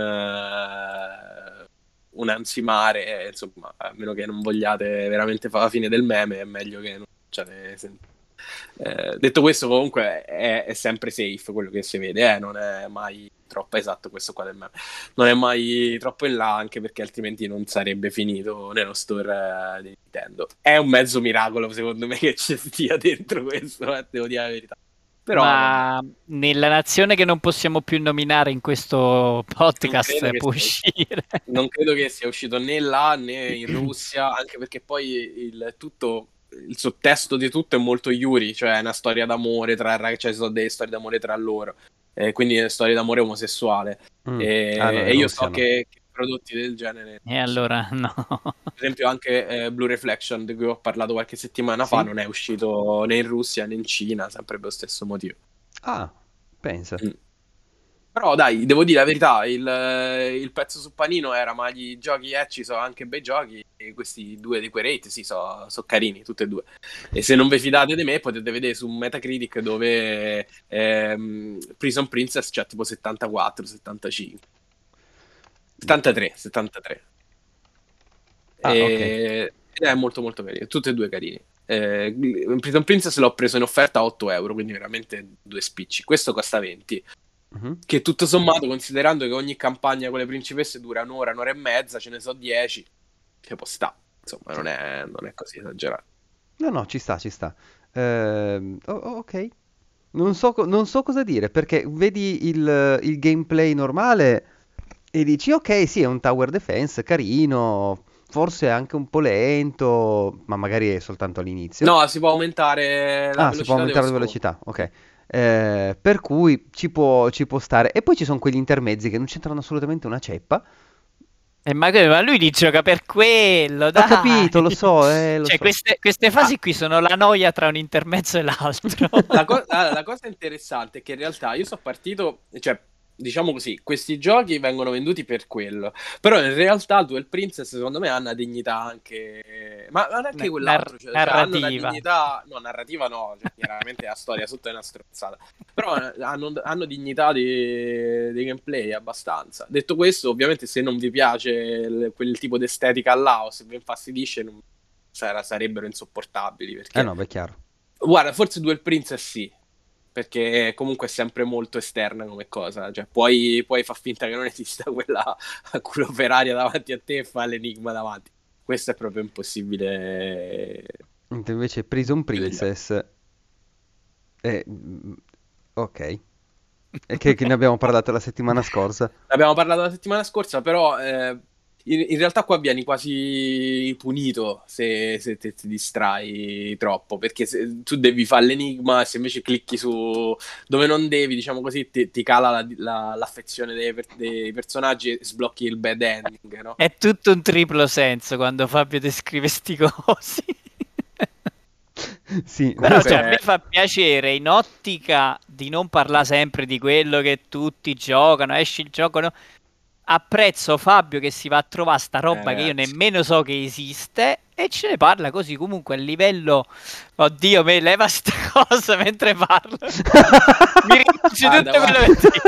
ansimare, insomma, a meno che non vogliate veramente fare la fine del meme, è meglio che non facciate detto questo, comunque è sempre safe quello che si vede, non è mai troppo esatto questo qua del meme, non è mai troppo in là, anche perché altrimenti non sarebbe finito nello store di Nintendo. È un mezzo miracolo secondo me che ci stia dentro questo, devo dire la verità. Però, ma nella nazione che non possiamo più nominare in questo podcast può uscire. Non credo che sia uscito né là né in Russia, anche perché poi il sottesto di tutto è molto Yuri, cioè è una storia d'amore cioè ci sono delle storie d'amore tra loro, quindi è una storia d'amore omosessuale. E io so che prodotti del genere, e allora no, per esempio anche Blue Reflection, di cui ho parlato qualche settimana fa, non è uscito né in Russia né in Cina, sempre per lo stesso motivo. Pensa. Però dai, devo dire la verità, il pezzo su panino era, ma gli giochi ci sono anche bei giochi, e questi due di quei rate sì, sono carini tutti e due. E se non vi fidate di me potete vedere su Metacritic, dove Prison Princess c'ha tipo 74, 75 73. Ok. È molto molto carino, tutti e due carini. Prison Princess l'ho preso in offerta a 8 euro, quindi veramente due spicci. Questo costa 20, che tutto sommato, considerando che ogni campagna con le principesse dura un'ora e mezza, ce ne so 10, che può sta, insomma, non è così esagerato. No, ci sta. Ok. Non so cosa dire, perché vedi il gameplay normale e dici, ok, sì, è un tower defense carino, forse anche un po' lento, ma magari è soltanto all'inizio. No, si può aumentare la velocità. Si può aumentare la velocità, ok. Per cui ci può stare. E poi ci sono quegli intermezzi che non c'entrano assolutamente una ceppa. Ma lui li gioca per quello, dai. Ho capito, lo so. Cioè, queste fasi qui sono la noia tra un intermezzo e l'altro. La cosa interessante è che in realtà io sono partito, cioè diciamo così, questi giochi vengono venduti per quello, però in realtà Duel Princess secondo me ha una dignità anche, ma non anche quell'altro, cioè, hanno una Narrativa. dignità, no, narrativa no, cioè, chiaramente la storia sotto è una strozzata, però hanno dignità di gameplay abbastanza. Detto questo, ovviamente se non vi piace quel tipo di estetica là, o se vi infastidisce, sarebbero insopportabili, perché, No, beh, chiaro. guarda, forse Duel Princess sì, perché comunque è sempre molto esterna come cosa, cioè puoi far finta che non esista quella a culo per aria davanti a te e fa l'enigma davanti. Questo è proprio impossibile. Mentre invece Prison Princess... ok. E che ne abbiamo parlato la settimana scorsa. Abbiamo parlato la settimana scorsa, però in realtà qua vieni quasi punito se ti distrai troppo, perché tu devi fare l'enigma e se invece clicchi su dove non devi, diciamo così, ti cala l'affezione dei personaggi e sblocchi il bad ending, no? È tutto un triplo senso quando Fabio descrive sti cosi. Sì, Però Comunque, cioè, a me fa piacere in ottica di non parlare sempre di quello che tutti giocano, esce il gioco, no? Apprezzo Fabio che si va a trovare sta roba che io nemmeno so che esiste e ce ne parla così comunque a livello... Oddio, me leva sta cosa mentre parlo. Mi ricordi tutto quello che dico.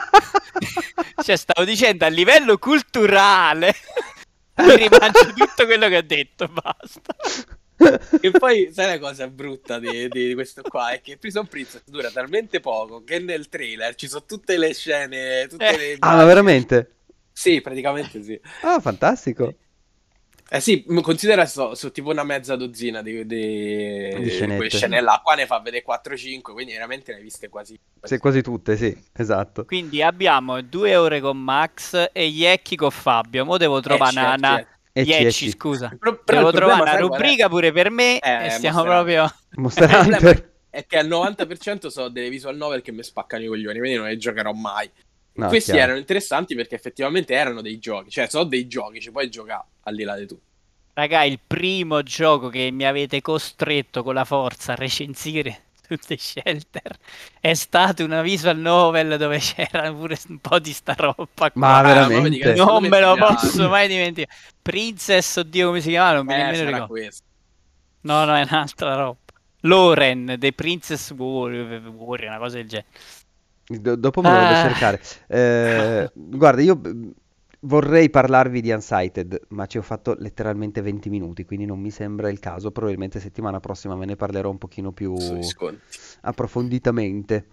Cioè, stavo dicendo a livello culturale mi rimangio tutto quello che ho detto, basta. E poi, sai la cosa brutta di questo qua? È che Prison Princess dura talmente poco che nel trailer ci sono tutte le scene, tutte le Ah, ma immagini. veramente? Sì, praticamente sì. Ah, fantastico. Sì, considera so tipo una mezza dozzina di quelle scenette. scene là. Qua ne fa vedere 4-5, quindi veramente ne hai viste quasi. Sì, quasi tutte, sì, esatto. Quindi abbiamo 2 ore con Max e Yecchi con Fabio. Mo' devo trovare una... Ecci, Yecci, ecci. scusa. Però Devo il problema, trovare una sai qual è? rubrica pure per me e stiamo Monster Hunter. proprio... Monster Il problema Hunter. è che al 90% sono delle visual novel che mi spaccano i coglioni, quindi non le giocherò mai. No, Questi chiaro. erano interessanti perché effettivamente erano dei giochi, cioè sono dei giochi, ci puoi giocare al di là di tutto. Raga, il primo gioco che mi avete costretto con la forza a recensire su The Shelter è stato una visual novel dove c'era pure un po' di sta roba Ma qua. veramente? Non me lo posso mai dimenticare. Princess, oddio come si chiama, non mi nemmeno sarà ricordo. questo. No, è un'altra roba. Loren, The Princess Warrior, una cosa del genere. Dopo me lo vado a cercare. Guarda, io vorrei parlarvi di Unsighted, ma ci ho fatto letteralmente 20 minuti, quindi non mi sembra il caso. Probabilmente settimana prossima ve ne parlerò un pochino più Sui sconti. approfonditamente.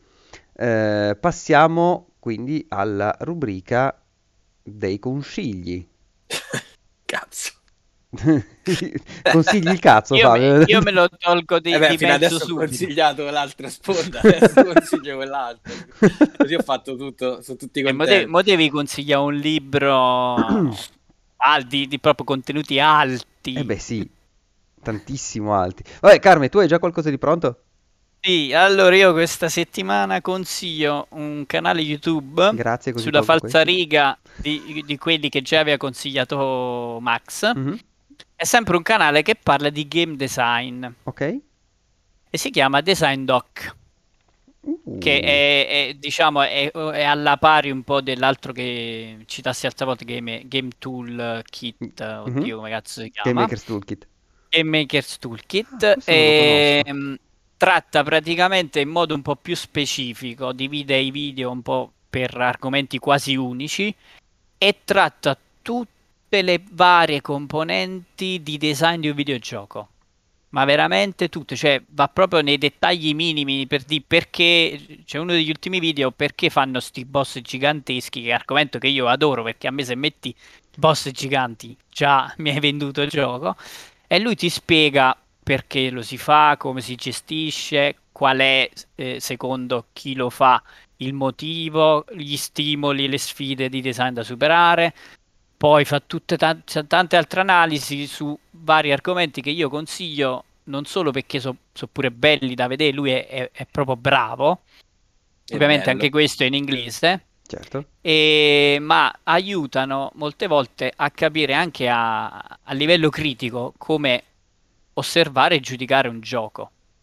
Passiamo quindi alla rubrica dei consigli. Cazzo. Consigli il cazzo, Fabio. Io me lo tolgo di fino mezzo adesso ho subito. consigliato l'altra sponda, adesso consiglio quell'altro. Così ho fatto tutto, sono tutti contenti. Mo devi consigliare un libro di proprio contenuti alti. Eh beh sì, tantissimo alti. Vabbè, Carme, tu hai già qualcosa di pronto? Sì, allora io questa settimana consiglio un canale YouTube Grazie, così sulla tolgo questo. falsariga di quelli che già aveva consigliato Max. Mhm, È sempre un canale che parla di game design ok. e si chiama Design Doc, che diciamo, è alla pari un po' dell'altro che citassi altre volte, Game Tool Kit, oddio come cazzo si Game chiama? Maker's Toolkit. Game Maker's Toolkit. Questo non lo conosco. Tratta praticamente in modo un po' più specifico, divide i video un po' per argomenti quasi unici e tratta tutte le varie componenti di design di un videogioco. Ma veramente tutte, cioè va proprio nei dettagli minimi per dire perché c'è uno degli ultimi video perché fanno sti boss giganteschi, che è argomento che io adoro perché a me se metti boss giganti già mi hai venduto il gioco e lui ti spiega perché lo si fa, come si gestisce, qual è secondo chi lo fa il motivo, gli stimoli, le sfide di design da superare. Poi fa tutte tante altre analisi su vari argomenti che io consiglio, non solo perché sono pure belli da vedere, lui è proprio bravo. Ovviamente bello. anche questo è in inglese. Certo. Ma aiutano molte volte a capire anche a livello critico come osservare e giudicare un gioco.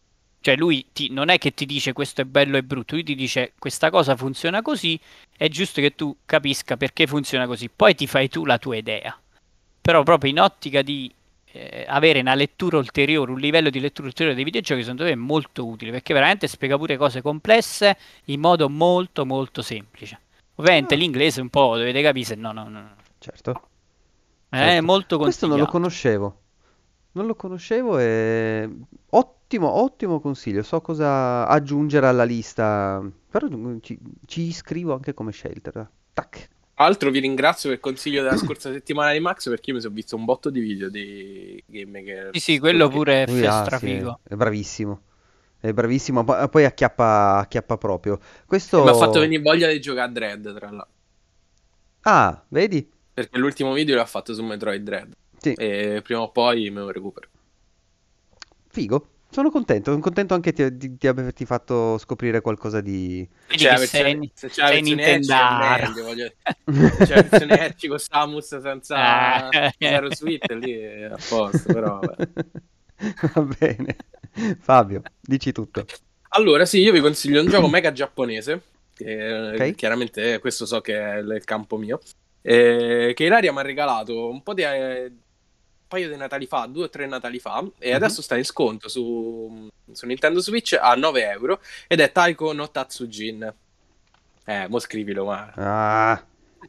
Cioè lui non è che ti dice questo è bello e brutto, lui ti dice questa cosa funziona così, è giusto che tu capisca perché funziona così, poi ti fai tu la tua idea. Però proprio in ottica di avere una lettura ulteriore, un livello di lettura ulteriore dei videogiochi, secondo me è molto utile, perché veramente spiega pure cose complesse in modo molto molto semplice. Ovviamente Ah, l'inglese un po' dovete capire se no. certo, È certo. molto Questo non lo consigliato. conoscevo. Non lo conoscevo e ottimo, ottimo consiglio. So cosa aggiungere alla lista. Però ci scrivo anche come scelta. Tac. Tra l'altro vi ringrazio per il consiglio della scorsa settimana di Max, perché io mi sono visto un botto di video di Game Sì, sì, Makers quello turchi. pure è Lui sì, strafigo. è bravissimo. È bravissimo, poi acchiappa proprio. E mi ha fatto Questo... venire voglia di giocare a Dread, tra l'altro. Ah, vedi? Perché l'ultimo video l'ha fatto su Metroid Dread. Sì, E prima o poi me lo recupero. figo. Sono contento anche di averti fatto scoprire qualcosa di... Vedi che sei, Se c'è la sei versione Edge è Nintendaro. meglio. Se c'è la versione Edge con Samus senza Ah. Zero Sweet, lì è a posto, però vabbè. Va bene. Fabio, dici tutto. Allora, sì, io vi consiglio un gioco mega giapponese, che Ok? chiaramente questo so che è il campo mio, che Ilaria mi ha regalato un paio di Natali fa, 2 o 3 Natali fa, e Mhm. adesso sta in sconto su Nintendo Switch a 9 euro, ed è Taiko no Tatsujin. Mo scrivilo, ma... Ah,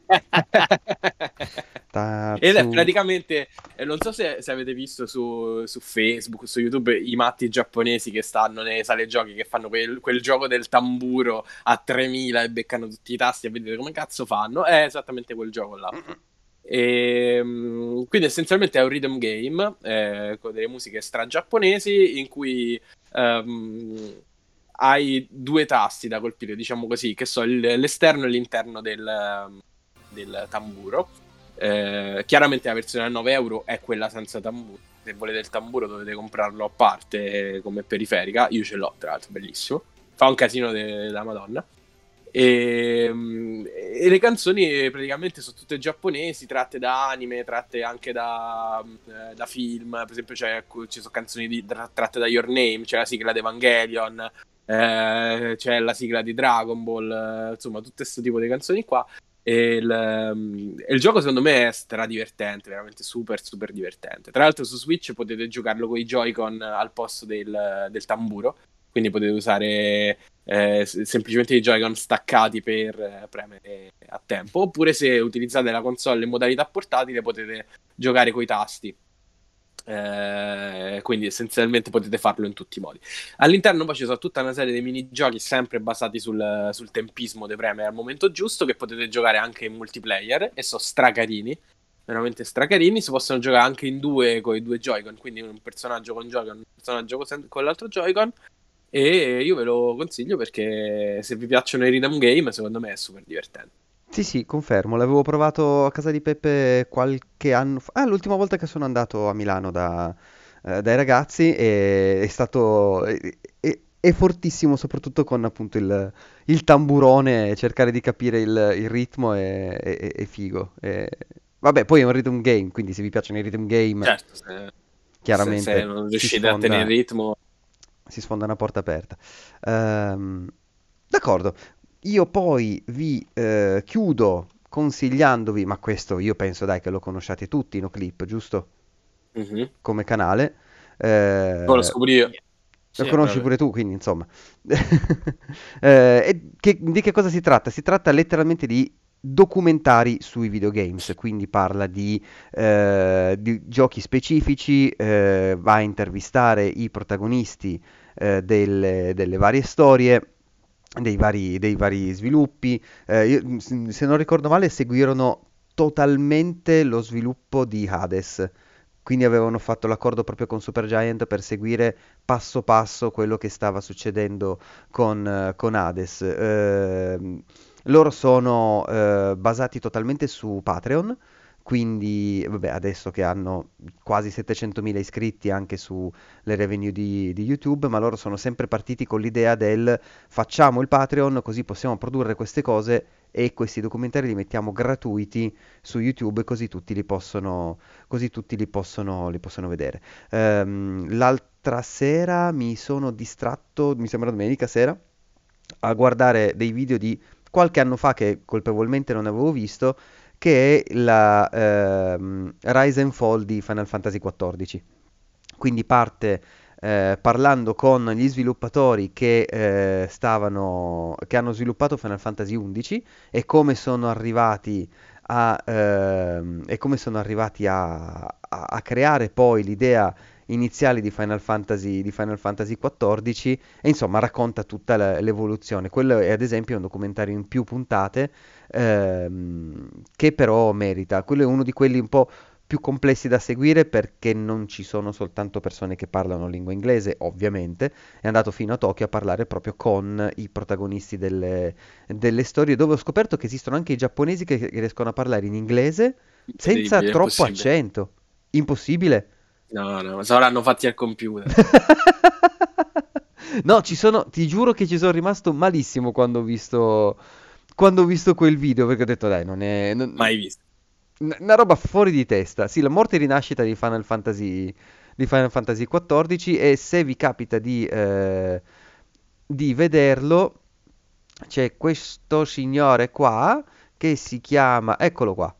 Ed è Tatsu. praticamente, non so se avete visto su Facebook, su YouTube, i matti giapponesi che stanno nelle sale giochi, che fanno quel gioco del tamburo a 3000 e beccano tutti i tasti a vedere come cazzo fanno. È esattamente quel gioco là. Quindi essenzialmente è un rhythm game con delle musiche stra-giapponesi in cui hai 2 tasti da colpire, diciamo così, che so l'esterno e l'interno del tamburo. Chiaramente la versione a 9 euro è quella senza tamburo. Se volete il tamburo dovete comprarlo a parte come periferica. Io ce l'ho, tra l'altro, bellissimo. Fa un casino della Madonna. E le canzoni praticamente sono tutte giapponesi, tratte da anime, tratte anche da film. Per esempio, ci sono canzoni tratte da Your Name, c'è la sigla di Evangelion, c'è la sigla di Dragon Ball, insomma, tutto questo tipo di canzoni qua. E il gioco secondo me è stradivertente, veramente super super divertente. Tra l'altro su Switch potete giocarlo con i Joy-Con al posto del tamburo, quindi potete usare semplicemente i Joy-Con staccati per premere a tempo, oppure se utilizzate la console in modalità portatile potete giocare coi tasti. Quindi essenzialmente potete farlo in tutti i modi. All'interno poi ci sono tutta una serie di minigiochi sempre basati sul tempismo dei premi al momento giusto, che potete giocare anche in multiplayer e sono stracarini, veramente stracarini. Si possono giocare anche in due con i due Joy-Con, quindi un personaggio con Joy-Con, un personaggio con l'altro Joy-Con. E io ve lo consiglio perché se vi piacciono i rhythm game, secondo me è super divertente. Sì, sì, confermo. L'avevo provato a casa di Peppe qualche anno fa. Ah, l'ultima volta che sono andato a Milano dai ragazzi è stato... è fortissimo, soprattutto con appunto il tamburone, cercare di capire il ritmo è figo. Vabbè, poi è un rhythm game, quindi se vi piacciono i rhythm game, Certo, se chiaramente non riuscite a tenere il ritmo. si sfonda una porta aperta. D'accordo, io poi vi chiudo consigliandovi, ma questo io penso dai che lo conosciate tutti, Noclip, giusto? Mhm. Come canale. Poi lo Eh, scopri io. lo Sì. conosci Vabbè. pure tu, quindi insomma. Di che cosa si tratta? Si tratta letteralmente di documentari sui videogames, quindi parla di giochi specifici, va a intervistare i protagonisti delle varie storie, dei vari sviluppi. Se non ricordo male, seguirono totalmente lo sviluppo di Hades. Quindi avevano fatto l'accordo proprio con Supergiant per seguire passo passo quello che stava succedendo con Hades. Loro sono basati totalmente su Patreon, quindi vabbè, adesso che hanno quasi 700.000 iscritti anche sulle revenue di YouTube, ma loro sono sempre partiti con l'idea del facciamo il Patreon così possiamo produrre queste cose e questi documentari li mettiamo gratuiti su YouTube così tutti li possono vedere. l'altra sera mi sono distratto, mi sembra domenica sera, a guardare dei video di qualche anno fa che colpevolmente non avevo visto, che è la Rise and Fall di Final Fantasy XIV. Quindi parte parlando con gli sviluppatori che hanno sviluppato Final Fantasy XI e come sono arrivati a creare poi l'idea iniziale di Final Fantasy XIV e insomma racconta tutta l'evoluzione. Quello è ad esempio un documentario in più puntate che però merita. Quello è uno di quelli un po' più complessi da seguire perché non ci sono soltanto persone che parlano lingua inglese, ovviamente. È andato fino a Tokyo a parlare proprio con i protagonisti delle storie, dove ho scoperto che esistono anche i giapponesi che riescono a parlare in inglese senza Incredibile, troppo impossibile. accento. Impossibile. No, no, saranno fatti al computer. No, ti giuro che ci sono rimasto malissimo quando ho visto quel video, perché ho detto, dai, non è, Mai visto. una roba fuori di testa. Sì, la morte e rinascita di Final Fantasy XIV e se vi capita di vederlo, c'è questo signore qua che si chiama, eccolo qua,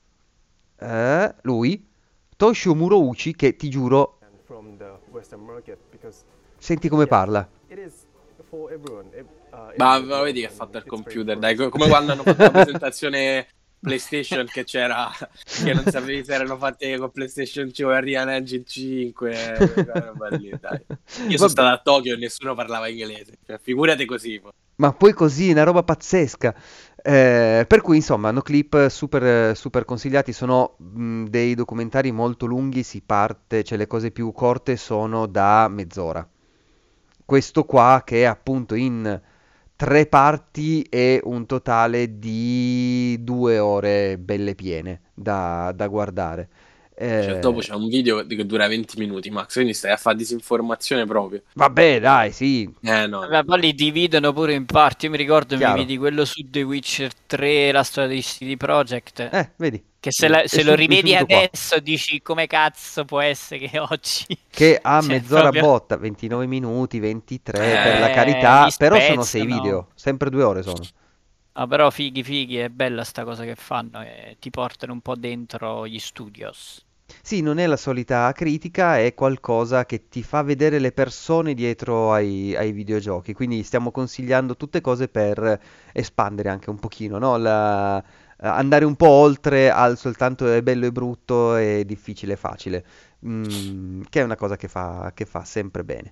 lui, Toshio Murouchi, che ti giuro, from the Western market because senti come yeah, parla. it is for everyone. Ma Every vedi che è development, fatto al it's very computer, dai, important. come quando hanno fatto la presentazione PlayStation che c'era, che non sapevi se erano fatte con PlayStation 5 o Unreal Engine 5, quella roba lì, dai. Io sono Vabbè, stato a Tokyo e nessuno parlava inglese, cioè, figurati così. ma poi così, una roba pazzesca. Per cui, insomma, hanno clip super, super consigliati. Sono dei documentari molto lunghi. Si parte, cioè le cose più corte sono da mezz'ora. Questo qua, che è appunto in tre parti, è un totale di 2 ore belle piene da guardare. Cioè, dopo Eh, c'è un video che dura 20 minuti, Max, quindi stai a fare disinformazione proprio. vabbè, dai, sì, No, no. Vabbè, poi li dividono pure in parti. Io mi ricordo mi chiaro. vidi quello su The Witcher 3, la storia di CD Projekt. Vedi, Che è, se lo è rivedi subito qua. adesso dici come cazzo può essere che oggi. Che ha Cioè, mezz'ora proprio. botta, 29 minuti, 23 per la carità, Li però sono 6 spezzano. video, sempre 2 ore sono. Ah, però fighi fighi, è bella sta cosa che fanno e ti portano un po' dentro gli studios. Sì, non è la solita critica, è qualcosa che ti fa vedere le persone dietro ai videogiochi, quindi stiamo consigliando tutte cose per espandere anche un pochino, no? Andare un po' oltre al soltanto è bello e brutto, è difficile e facile, che è una cosa che fa sempre bene.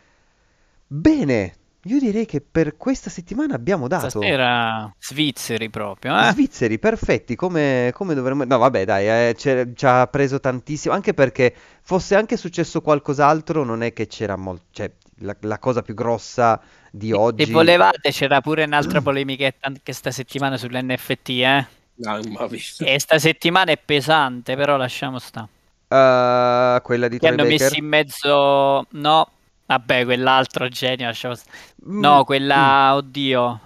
Bene, io direi che per questa settimana abbiamo dato. Stasera svizzeri proprio, eh? Svizzeri, perfetti, come dovremmo... No, vabbè, dai, ci ha preso tantissimo, anche perché fosse anche successo qualcos'altro, non è che c'era molto... Cioè, la cosa più grossa di Se oggi... volevate c'era pure un'altra polemichetta anche sta settimana sull'NFT, eh? No, non l'ho visto. E sta settimana è pesante, però lasciamo sta. quella di Che Troy hanno messo Baker. in mezzo... No, vabbè, quell'altro genio, lasciamo sta. Mm, No, mm, quella, oddio,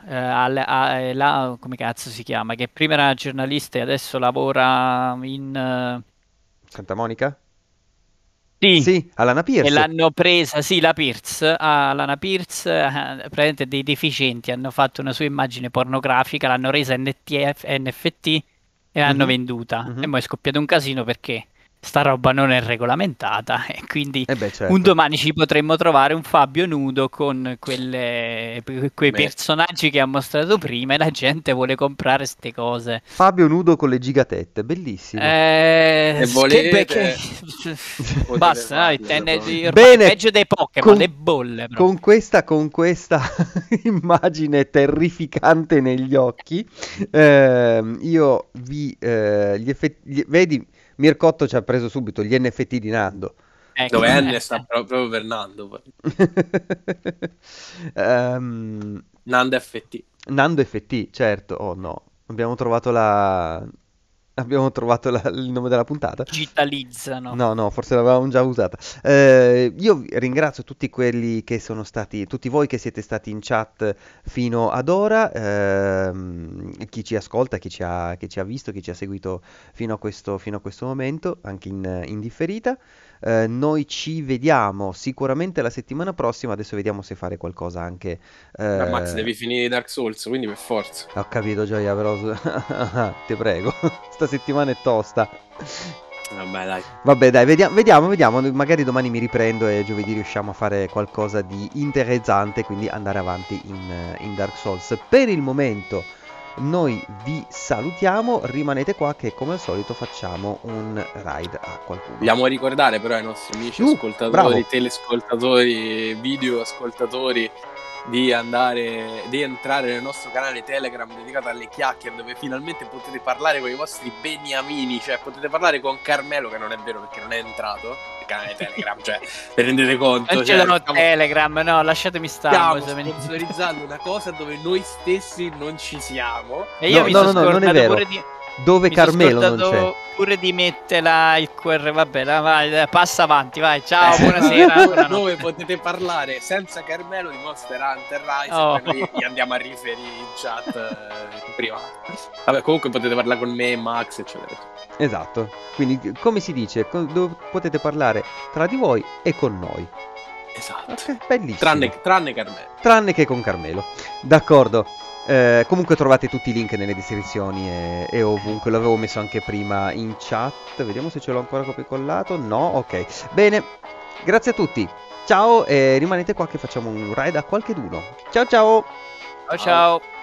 come cazzo si chiama? Che prima era giornalista e adesso lavora in... Santa Monica? Sì, Sì, Alana e Pierce. l'hanno presa, sì, la Pierce, Lana Pierce, praticamente dei deficienti, hanno fatto una sua immagine pornografica, l'hanno resa NFT e l'hanno Mhm, venduta. E mhm. poi è scoppiato un casino perché sta roba non è regolamentata e quindi Eh beh, un certo. domani ci potremmo trovare un Fabio nudo con quei Me- personaggi che ha mostrato prima e la gente vuole comprare ste cose. Fabio nudo con le gigatette, bellissimo. Se Che... volete, potete Basta, dai, farlo. ormai Bene, peggio dei Pokémon, con, le bolle con proprio. questa immagine terrificante negli occhi, vedi, Mircotto ci ha preso subito gli NFT di Nando. Ecco, Dove N sta proprio per Nando. Poi. Ehm, Nando FT. Nando FT, certo, oh no, abbiamo trovato Abbiamo trovato il nome della puntata. Digitalizzano. No, forse l'avevamo già usata. Io ringrazio tutti quelli che sono stati, tutti voi che siete stati in chat fino ad ora, chi ci ascolta, chi ci ha visto, chi ci ha seguito fino a questo momento, anche in differita. Noi ci vediamo sicuramente la settimana prossima, adesso vediamo se fare qualcosa anche... Max, devi finire Dark Souls, quindi per forza. Ho capito, Gioia, però ti prego, sta settimana è tosta. Vabbè, dai. Vabbè, dai, vediamo, magari domani mi riprendo e giovedì riusciamo a fare qualcosa di interessante, quindi andare avanti in Dark Souls. Per il momento noi vi salutiamo, rimanete qua che come al solito facciamo un raid a qualcuno. Vogliamo ricordare però ai nostri amici ascoltatori, bravo. Teleascoltatori, video ascoltatori di entrare nel nostro canale Telegram dedicato alle chiacchiere, dove finalmente potete parlare con i vostri beniamini, cioè potete parlare con Carmelo, che non è vero perché non è entrato nel canale Telegram, cioè vi rendete conto? Non c'è Telegram, no, lasciatemi stare. Stiamo sponsorizzando una cosa dove noi stessi non ci siamo. E io no, non è vero. Dove Carmelo non c'è. Pure di metterla il QR, vabbè, vai, passa avanti, vai, ciao, buonasera. Dove potete parlare senza Carmelo di Monster Hunter Rise, e poi noi gli andiamo a riferire in chat in privato. Vabbè, comunque potete parlare con me, Max, eccetera. Esatto, quindi come si dice, potete parlare tra di voi e con noi. Esatto. Okay, bellissimo. Tranne Carmelo. Tranne che con Carmelo. D'accordo. Comunque trovate tutti i link nelle descrizioni e ovunque. L'avevo messo anche prima in chat. Vediamo se ce l'ho ancora copia collato. No, ok. Bene, grazie a tutti. Ciao e rimanete qua che facciamo un raid a qualcheduno. Ciao ciao. Ciao.